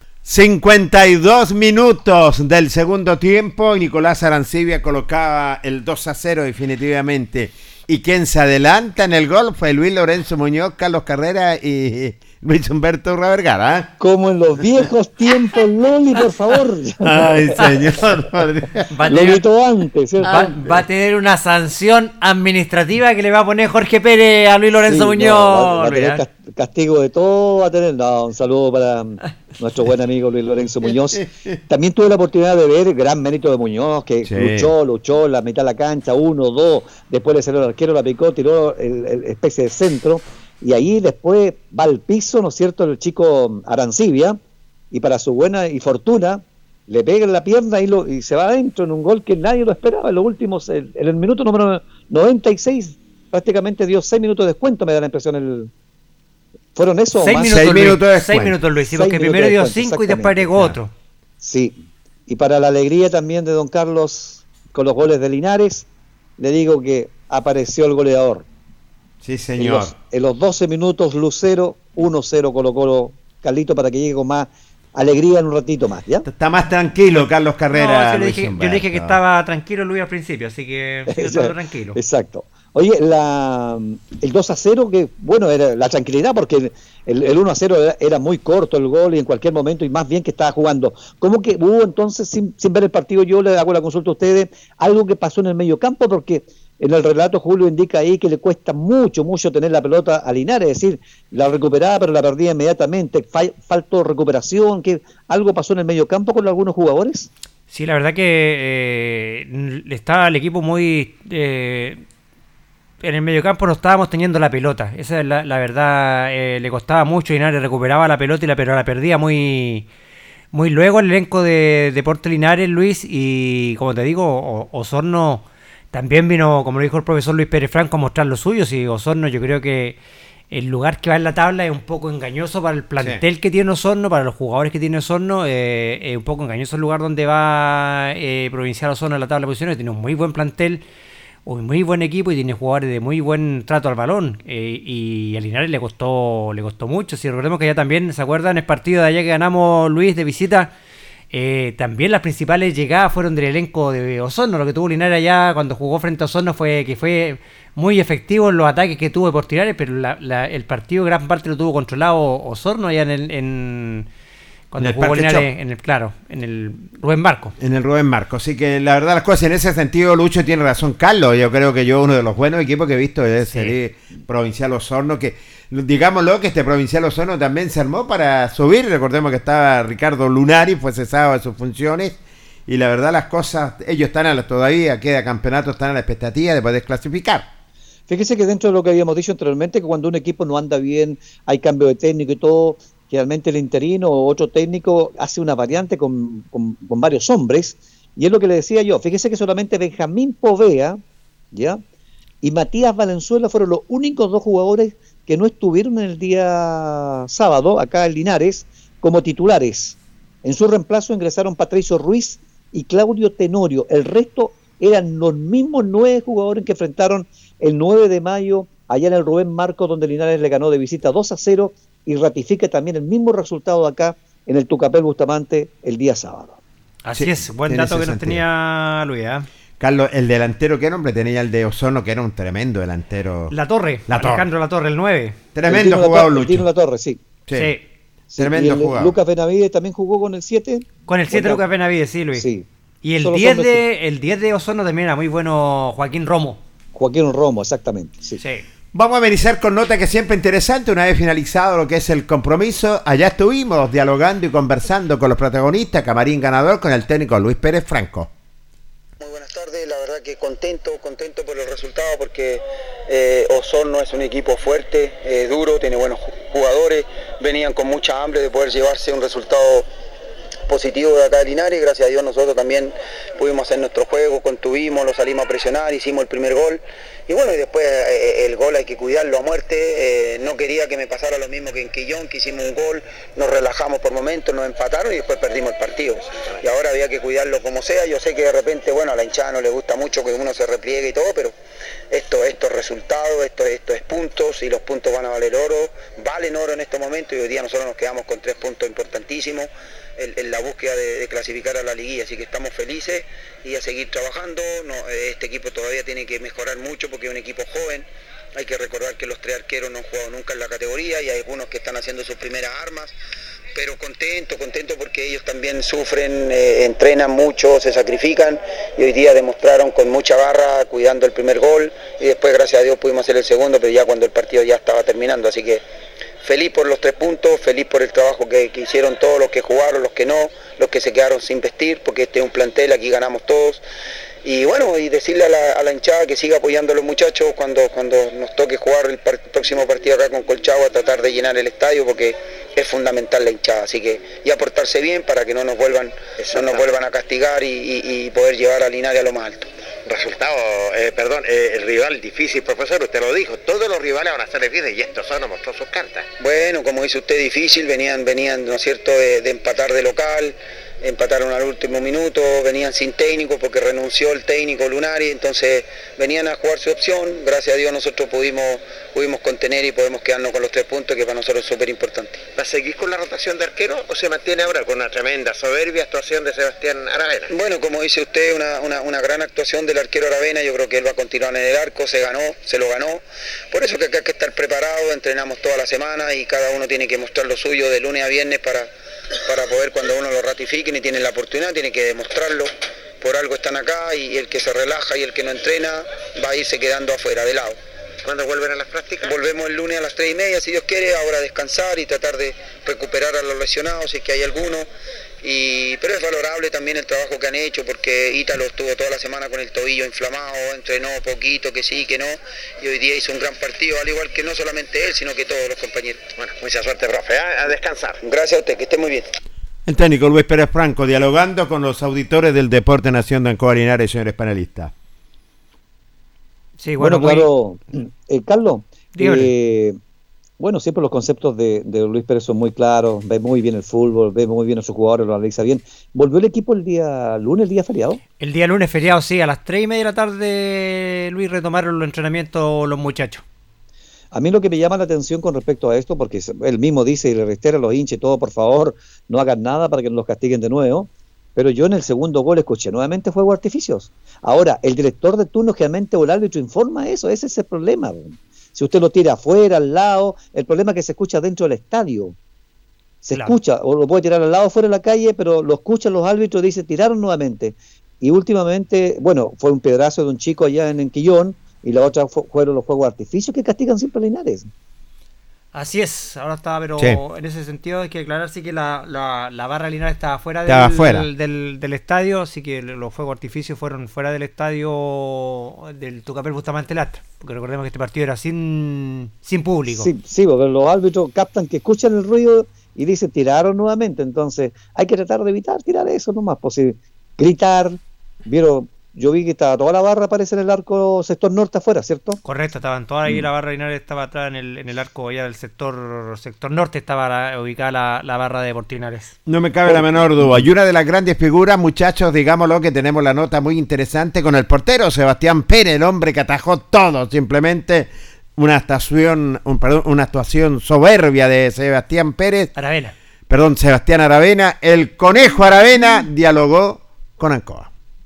52 minutos del segundo tiempo y Nicolás Arancibia colocaba el 2-0 definitivamente. Y quien se adelanta en el gol fue Luis Lorenzo Muñoz, Carlos Carrera y Luis Humberto Vergara, ¿eh? Como en los viejos tiempos, Loli, por favor. Ay, señor. Lolito antes, ¿cierto? Va a tener una sanción administrativa que le va a poner Jorge Pérez a Luis Lorenzo Muñoz. Va a tener castigo de todo, va a tener. No, un saludo para nuestro buen amigo Luis Lorenzo Muñoz. También tuve la oportunidad de ver el gran mérito de Muñoz, que luchó la mitad de la cancha, 1-2, después le salió el arquero, la picó, tiró el especie de centro. Y ahí después va al piso, ¿no es cierto?, el chico Arancibia, y para su buena y fortuna, le pega en la pierna y se va adentro en un gol que nadie lo esperaba. En los últimos, en el minuto número 96, prácticamente dio 6 minutos de descuento, me da la impresión. ¿Fueron eso? 6 minutos, 6 minutos, Luis, porque primero dio 5 y después agregó otro. Sí, y para la alegría también de don Carlos, con los goles de Linares, le digo que apareció el goleador. Sí, señor. En los 12 minutos, Lucero, 1-0 Colo-Colo. Carlito, para que llegue con más alegría en un ratito más, ¿ya? Está más tranquilo Carlos Carrera. No, yo le dije que estaba tranquilo Luis al principio, así que tranquilo. Exacto. Oye, el 2-0, que bueno, era la tranquilidad, porque el 1-0 era muy corto el gol y en cualquier momento, y más bien que estaba jugando. ¿Cómo que hubo entonces, sin ver el partido, yo le hago la consulta a ustedes, algo que pasó en el medio campo? Porque en el relato Julio indica ahí que le cuesta mucho tener la pelota a Linares, es decir, la recuperaba pero la perdía inmediatamente, faltó recuperación, que algo pasó en el medio campo con algunos jugadores. Sí, la verdad que estaba el equipo muy... en el mediocampo no estábamos teniendo la pelota, esa es la verdad. Le costaba mucho, Linares recuperaba la pelota pero la perdía muy luego el elenco de Deportes Linares, Luis, y como te digo, Osorno también vino, como lo dijo el profesor Luis Pérez Franco, a mostrar lo suyo. Y Osorno, yo creo que el lugar que va en la tabla es un poco engañoso para el plantel que tiene Osorno, para los jugadores que tiene Osorno, es un poco engañoso el lugar donde va Provincial Osorno en la tabla de posiciones. Tiene un muy buen plantel, un muy buen equipo y tiene jugadores de muy buen trato al balón, y a Linares le costó mucho. Si recordemos que ya también, ¿se acuerdan el partido de allá que ganamos, Luis, de visita? También las principales llegadas fueron del elenco de Osorno. Lo que tuvo Linares allá cuando jugó frente a Osorno fue muy efectivo en los ataques que tuvo por Linares, pero el partido gran parte lo tuvo controlado Osorno allá cuando jugó Linares en el Rubén Marco. En el Rubén Marco. Así que la verdad las cosas en ese sentido, Lucho tiene razón, Carlos. Yo creo que uno de los buenos equipos que he visto es el Provincial Osorno, que digámoslo que este Provincial Osorno también se armó para subir. Recordemos que estaba Ricardo Lunari, fue cesado de sus funciones, y la verdad las cosas, ellos están todavía, queda campeonato, están a la expectativa de poder clasificar. Fíjese que dentro de lo que habíamos dicho anteriormente, que cuando un equipo no anda bien, hay cambio de técnico y todo, generalmente el interino o otro técnico hace una variante con varios hombres, y es lo que le decía yo. Fíjese que solamente Benjamín Povea, ¿ya?, y Matías Valenzuela fueron los únicos 2 jugadores que no estuvieron en el día sábado acá en Linares como titulares. En su reemplazo ingresaron Patricio Ruiz y Claudio Tenorio. El resto eran los mismos 9 jugadores que enfrentaron el 9 de mayo allá en el Rubén Marcos, donde Linares le ganó de visita 2-0 y ratifica también el mismo resultado acá en el Tucapel Bustamante el día sábado. Así es, buen dato que nos tenía Luis, ¿eh? Carlos, el delantero, ¿qué nombre tenía el de Osorno? Que era un tremendo delantero. Alejandro Latorre, el 9. Tremendo jugador, Lucho. Tino Latorre, sí. Tremendo jugador. Lucas Benavides también jugó con el 7. Con el 7 Lucas Benavides, sí, Luis. Sí. Y el 10 de Osorno también era muy bueno, Joaquín Romo, exactamente. Sí. Vamos a amenizar con nota que siempre interesante. Una vez finalizado lo que es el compromiso, allá estuvimos dialogando y conversando con los protagonistas, camarín ganador con el técnico Luis Pérez Franco. Muy buenas tardes, la verdad que contento por los resultados, porque Osorno es un equipo fuerte, duro, tiene buenos jugadores, venían con mucha hambre de poder llevarse un resultado positivo de acá de Linares. Gracias a Dios nosotros también pudimos hacer nuestro juego, contuvimos, lo salimos a presionar, hicimos el primer gol, y bueno, y después el gol hay que cuidarlo a muerte. No quería que me pasara lo mismo que en Quillón, que hicimos un gol, nos relajamos por momentos, nos empataron y después perdimos el partido, y ahora había que cuidarlo como sea. Yo sé que de repente, bueno, a la hinchada no le gusta mucho que uno se repliegue y todo, pero esto es resultado, esto es puntos, y los puntos van a valer oro, valen oro en este momento, y hoy día nosotros nos quedamos con 3 puntos importantísimos. en la búsqueda de clasificar a la liguilla, así que estamos felices y a seguir trabajando. Este equipo todavía tiene que mejorar mucho porque es un equipo joven. Hay que recordar que los 3 arqueros no han jugado nunca en la categoría y hay algunos que están haciendo sus primeras armas, pero contento porque ellos también sufren, entrenan mucho, se sacrifican y hoy día demostraron con mucha garra cuidando el primer gol y después gracias a Dios pudimos hacer el segundo, pero ya cuando el partido ya estaba terminando, así que feliz por los 3 puntos, feliz por el trabajo que hicieron todos los que jugaron, los que no, los que se quedaron sin vestir, porque este es un plantel, aquí ganamos todos. Y bueno, y decirle a la hinchada que siga apoyando a los muchachos cuando nos toque jugar el próximo partido acá con Colchagua, tratar de llenar el estadio porque es fundamental la hinchada, así que y aportarse bien para que no nos vuelvan a castigar y poder llevar a Linares a lo más alto. Resultado, el rival difícil, profesor, usted lo dijo, todos los rivales van a ser difíciles y estos son, mostró sus cartas. Bueno, como dice usted, difícil, venían, ¿no es cierto?, de empatar de local, empataron al último minuto, venían sin técnico porque renunció el técnico Lunari, entonces venían a jugar su opción, gracias a Dios nosotros pudimos contener y podemos quedarnos con los 3 puntos que para nosotros es súper importante. ¿Va a seguir con la rotación de arquero o se mantiene ahora con una tremenda soberbia actuación de Sebastián Aravena? Bueno, como dice usted, una gran actuación del arquero Aravena, yo creo que él va a continuar en el arco, se lo ganó, por eso que acá hay que estar preparado, entrenamos toda la semana y cada uno tiene que mostrar lo suyo de lunes a viernes para poder cuando uno lo ratifiquen y tienen la oportunidad, tiene que demostrarlo, por algo están acá y el que se relaja y el que no entrena va a irse quedando afuera, de lado. ¿Cuándo vuelven a las prácticas? Volvemos el lunes a las 3:30, si Dios quiere, ahora descansar y tratar de recuperar a los lesionados, si es que hay alguno. Pero es valorable también el trabajo que han hecho porque Ítalo estuvo toda la semana con el tobillo inflamado, entrenó poquito, que sí, que no, y hoy día hizo un gran partido, al igual que no solamente él, sino que todos los compañeros. Bueno, mucha suerte, profe, a descansar. Gracias a usted, que esté muy bien. El técnico Luis Pérez Franco dialogando con los auditores del Deporte Nación de Ancoa Linares, señores panelistas. Sí, bueno, claro, Carlos, bueno, siempre los conceptos de Luis Pérez son muy claros, ve muy bien el fútbol, ve muy bien a sus jugadores, lo analiza bien. ¿Volvió el equipo el día lunes, el día feriado? El día lunes feriado, sí, a las 3:30 de la tarde, Luis, retomaron los entrenamientos los muchachos. A mí lo que me llama la atención con respecto a esto, porque él mismo dice y le reitera a los hinchas, todo, por favor, no hagan nada para que no los castiguen de nuevo, pero yo en el segundo gol escuché nuevamente fuegos artificios. Ahora, el director de turno generalmente o el árbitro informa eso, ese es el problema. Si usted lo tira afuera, al lado, el problema es que se escucha dentro del estadio. Se escucha, o lo puede tirar al lado fuera de la calle, pero lo escuchan los árbitros, dicen, tiraron nuevamente. Y últimamente, bueno, fue un pedazo de un chico allá en Quillón, y la otra fueron los fuegos artificios que castigan siempre a Linares. Así es, ahora estaba, pero sí, en ese sentido hay que aclarar sí que la barra de Linares estaba fuera del estadio, así que los fuegos artificios fueron fuera del estadio del Tucapel Bustamante Lastra, porque recordemos que este partido era sin público. Sí, porque los árbitros captan que escuchan el ruido y dicen tiraron nuevamente, entonces hay que tratar de evitar tirar eso nomás, posible. Gritar, vieron. Yo vi que estaba toda la barra, parece, en el arco sector norte afuera, ¿cierto? Correcto, estaban todas ahí, la barra de Linares estaba atrás en el arco ya del sector norte, estaba ubicada la barra de Deportivo Linares. No me cabe la menor duda. Y una de las grandes figuras, muchachos, digámoslo, que tenemos la nota muy interesante con el portero Sebastián Pérez, el hombre que atajó todo, simplemente una actuación soberbia de Sebastián Pérez. Sebastián Aravena, el Conejo Aravena dialogó con Ancoa.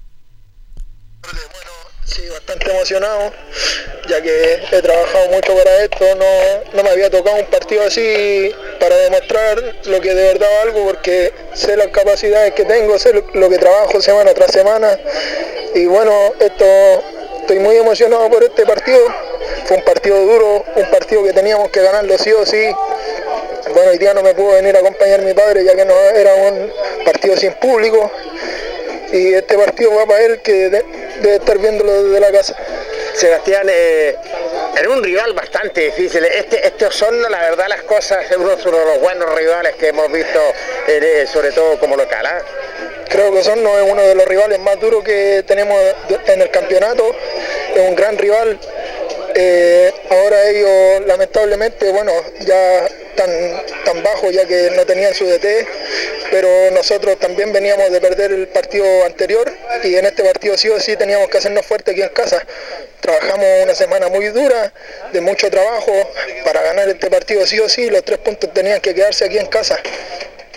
Sí, bastante emocionado, ya que he trabajado mucho para esto, no me había tocado un partido así para demostrar lo que de verdad valgo, porque sé las capacidades que tengo, sé lo que trabajo semana tras semana, y bueno, estoy muy emocionado por este partido. Fue un partido duro, un partido que teníamos que ganarlo sí o sí. Bueno, hoy día no me pudo venir a acompañar mi padre, ya que no era un partido sin público, y este partido va para él, que debe estar viéndolo desde la casa. Sebastián, era un rival bastante difícil. Este Osorno, la verdad, las cosas, es uno de los buenos rivales que hemos visto, sobre todo como local. Creo que Osorno es uno de los rivales más duros que tenemos en el campeonato. Es un gran rival. Ahora ellos, lamentablemente, bueno, ya tan bajos, ya que no tenían su DT, pero nosotros también veníamos de perder el partido anterior y en este partido sí o sí teníamos que hacernos fuertes aquí en casa. Trabajamos una semana muy dura, de mucho trabajo, para ganar este partido sí o sí. Los 3 puntos tenían que quedarse aquí en casa.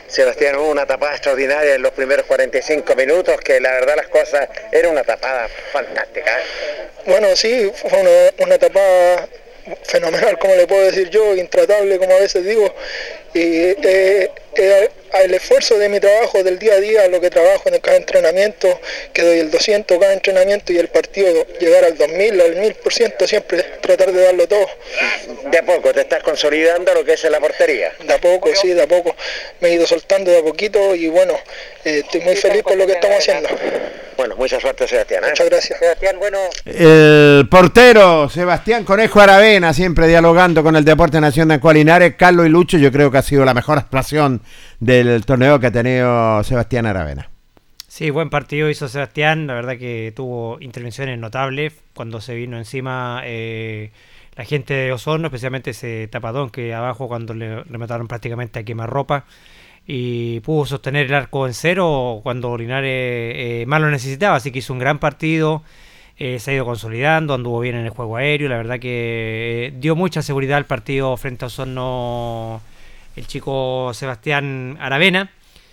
Sebastián, hubo una tapada extraordinaria en los primeros 45 minutos, que la verdad las cosas, era una tapada fantástica. Bueno, sí, fue una tapada fenomenal, como le puedo decir yo, intratable, como a veces digo, y el esfuerzo de mi trabajo del día a día, lo que trabajo en cada entrenamiento, que doy el 200 cada entrenamiento, y el partido llegar al 2000, al 1000%, siempre tratar de darlo todo. De a poco te estás consolidando lo que es en la portería. De a poco, sí, de a poco me he ido soltando de a poquito, y bueno, estoy muy feliz por lo que estamos haciendo. Bueno, mucha suerte, Sebastián. Muchas gracias. Sebastián, bueno. El portero Sebastián Conejo Aravena, siempre dialogando con el Deporte Nación de Ancoa Linares. Carlos y Lucho, yo creo que ha sido la mejor actuación del torneo que ha tenido Sebastián Aravena. Sí, buen partido hizo Sebastián, la verdad que tuvo intervenciones notables cuando se vino encima la gente de Osorno, especialmente ese tapadón que abajo cuando le remataron prácticamente a quemarropa, y pudo sostener el arco en cero cuando Linares más lo necesitaba, así que hizo un gran partido. Se ha ido consolidando, anduvo bien en el juego aéreo, la verdad que dio mucha seguridad al partido frente a Osorno el chico Sebastián Aravena,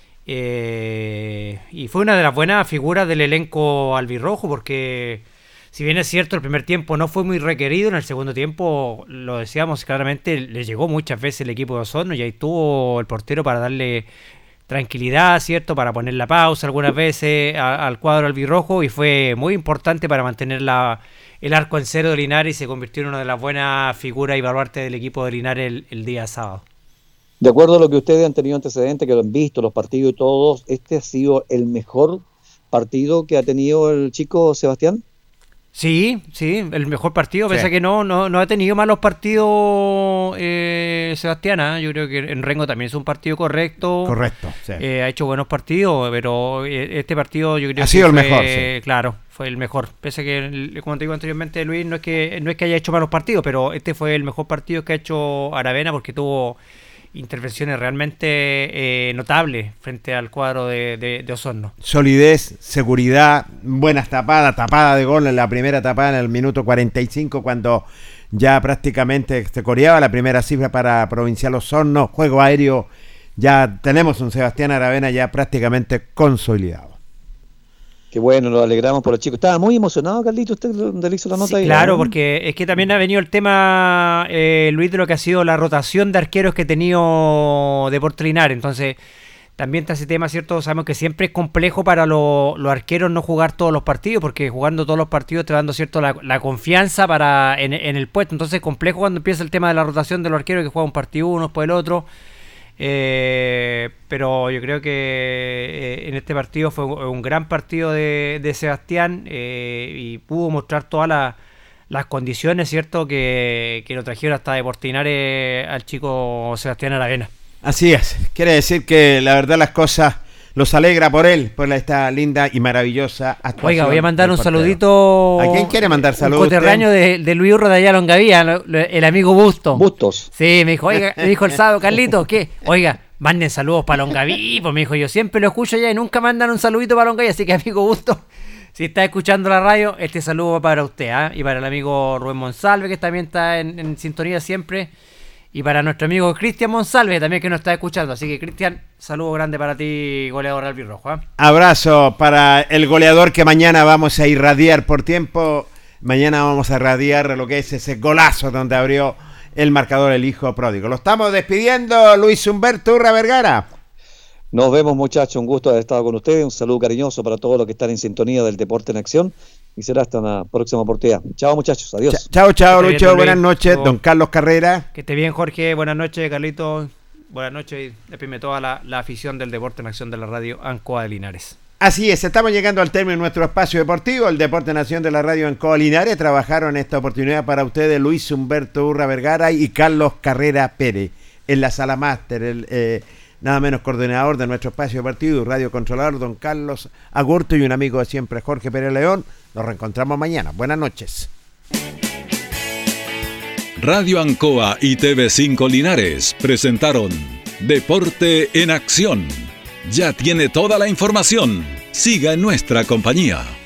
y fue una de las buenas figuras del elenco albirrojo, porque si bien es cierto el primer tiempo no fue muy requerido, en el segundo tiempo, lo decíamos claramente, le llegó muchas veces el equipo de Osorno, y ahí tuvo el portero para darle tranquilidad, ¿cierto? Para poner la pausa algunas veces al cuadro albirrojo, y fue muy importante para mantener el arco en cero de Linares, y se convirtió en una de las buenas figuras y baluartes del equipo de Linares el día sábado. De acuerdo a lo que ustedes han tenido antecedentes, que lo han visto, los partidos y todos, ¿este ha sido el mejor partido que ha tenido el chico Sebastián? Sí, el mejor partido, pese a que no ha tenido malos partidos Sebastián, yo creo que en Rengo también es un partido correcto. Correcto, sí. Ha hecho buenos partidos, pero este partido yo creo ha que sido el fue, mejor, sí. Claro, fue el mejor, pese a que, como te digo anteriormente, Luis, no es que haya hecho malos partidos, pero este fue el mejor partido que ha hecho Aravena, porque tuvo intervenciones realmente notables frente al cuadro de Osorno. Solidez, seguridad, buenas tapadas, tapada de gol en la primera tapada en el minuto 45, cuando ya prácticamente se coreaba la primera cifra para Provincial Osorno. Juego aéreo, ya tenemos un Sebastián Aravena ya prácticamente consolidado. Qué bueno, nos alegramos por el chico. Estaba muy emocionado, Carlito, usted donde le hizo la nota. Sí, ahí, claro, ¿no? porque es que también ha venido el tema, Luis, de lo que ha sido la rotación de arqueros que ha tenido Deportes Linares. Entonces, también está ese tema, ¿cierto? Sabemos que siempre es complejo para los arqueros no jugar todos los partidos, porque jugando todos los partidos te va dando, ¿cierto?, la confianza en el puesto. Entonces es complejo cuando empieza el tema de la rotación de los arqueros, que juegan un partido uno después el otro. Pero yo creo que en este partido fue un gran partido de Sebastián, y pudo mostrar todas las condiciones, ¿cierto?, que lo trajeron hasta Deportes Linares al chico Sebastián Aravena. Así es, quiere decir que la verdad las cosas los alegra por él, por esta linda y maravillosa actuación. Oiga, voy a mandar un saludito. ¿A quién quiere mandar saludos? Un coterráneo de Luis Urra de allá Longavía, el amigo Bustos. Sí, me dijo, oiga, me dijo el sábado, Carlitos, ¿qué? Oiga, manden saludos para Longaví, pues me dijo, yo siempre lo escucho allá y nunca mandan un saludito para Longaví, así que amigo Bustos, si está escuchando la radio, este saludo va para usted, y para el amigo Rubén Monsalve, que también está en sintonía siempre. Y para nuestro amigo Cristian Monsalve, también que nos está escuchando. Así que, Cristian, saludo grande para ti, goleador albirrojo. Abrazo para el goleador que mañana vamos a irradiar por tiempo. Mañana vamos a irradiar lo que es ese golazo donde abrió el marcador el hijo pródigo. Lo estamos despidiendo, Luis Humberto Urra Vergara. Nos vemos, muchachos. Un gusto haber estado con ustedes. Un saludo cariñoso para todos los que están en sintonía del Deporte en Acción. Y será hasta una próxima oportunidad. Chao, muchachos. Adiós. Chao, Lucho. Buenas noches. Don Carlos Carrera. Que esté bien, Jorge. Buenas noches, Carlito. Buenas noches. Y despide toda la afición del Deporte en Acción de la radio Ancoa de Linares. Así es, estamos llegando al término de nuestro espacio deportivo, el Deporte Nación de la radio Ancoa Linares. Trabajaron en esta oportunidad para ustedes Luis Humberto Urra Vergara y Carlos Carrera Pérez. En la sala máster, nada menos coordinador de nuestro espacio deportivo y radio controlador, don Carlos Agurto, y un amigo de siempre, Jorge Pérez León. Nos reencontramos mañana. Buenas noches. Radio Ancoa y TV5 Linares presentaron Deporte en Acción. Ya tiene toda la información. Siga en nuestra compañía.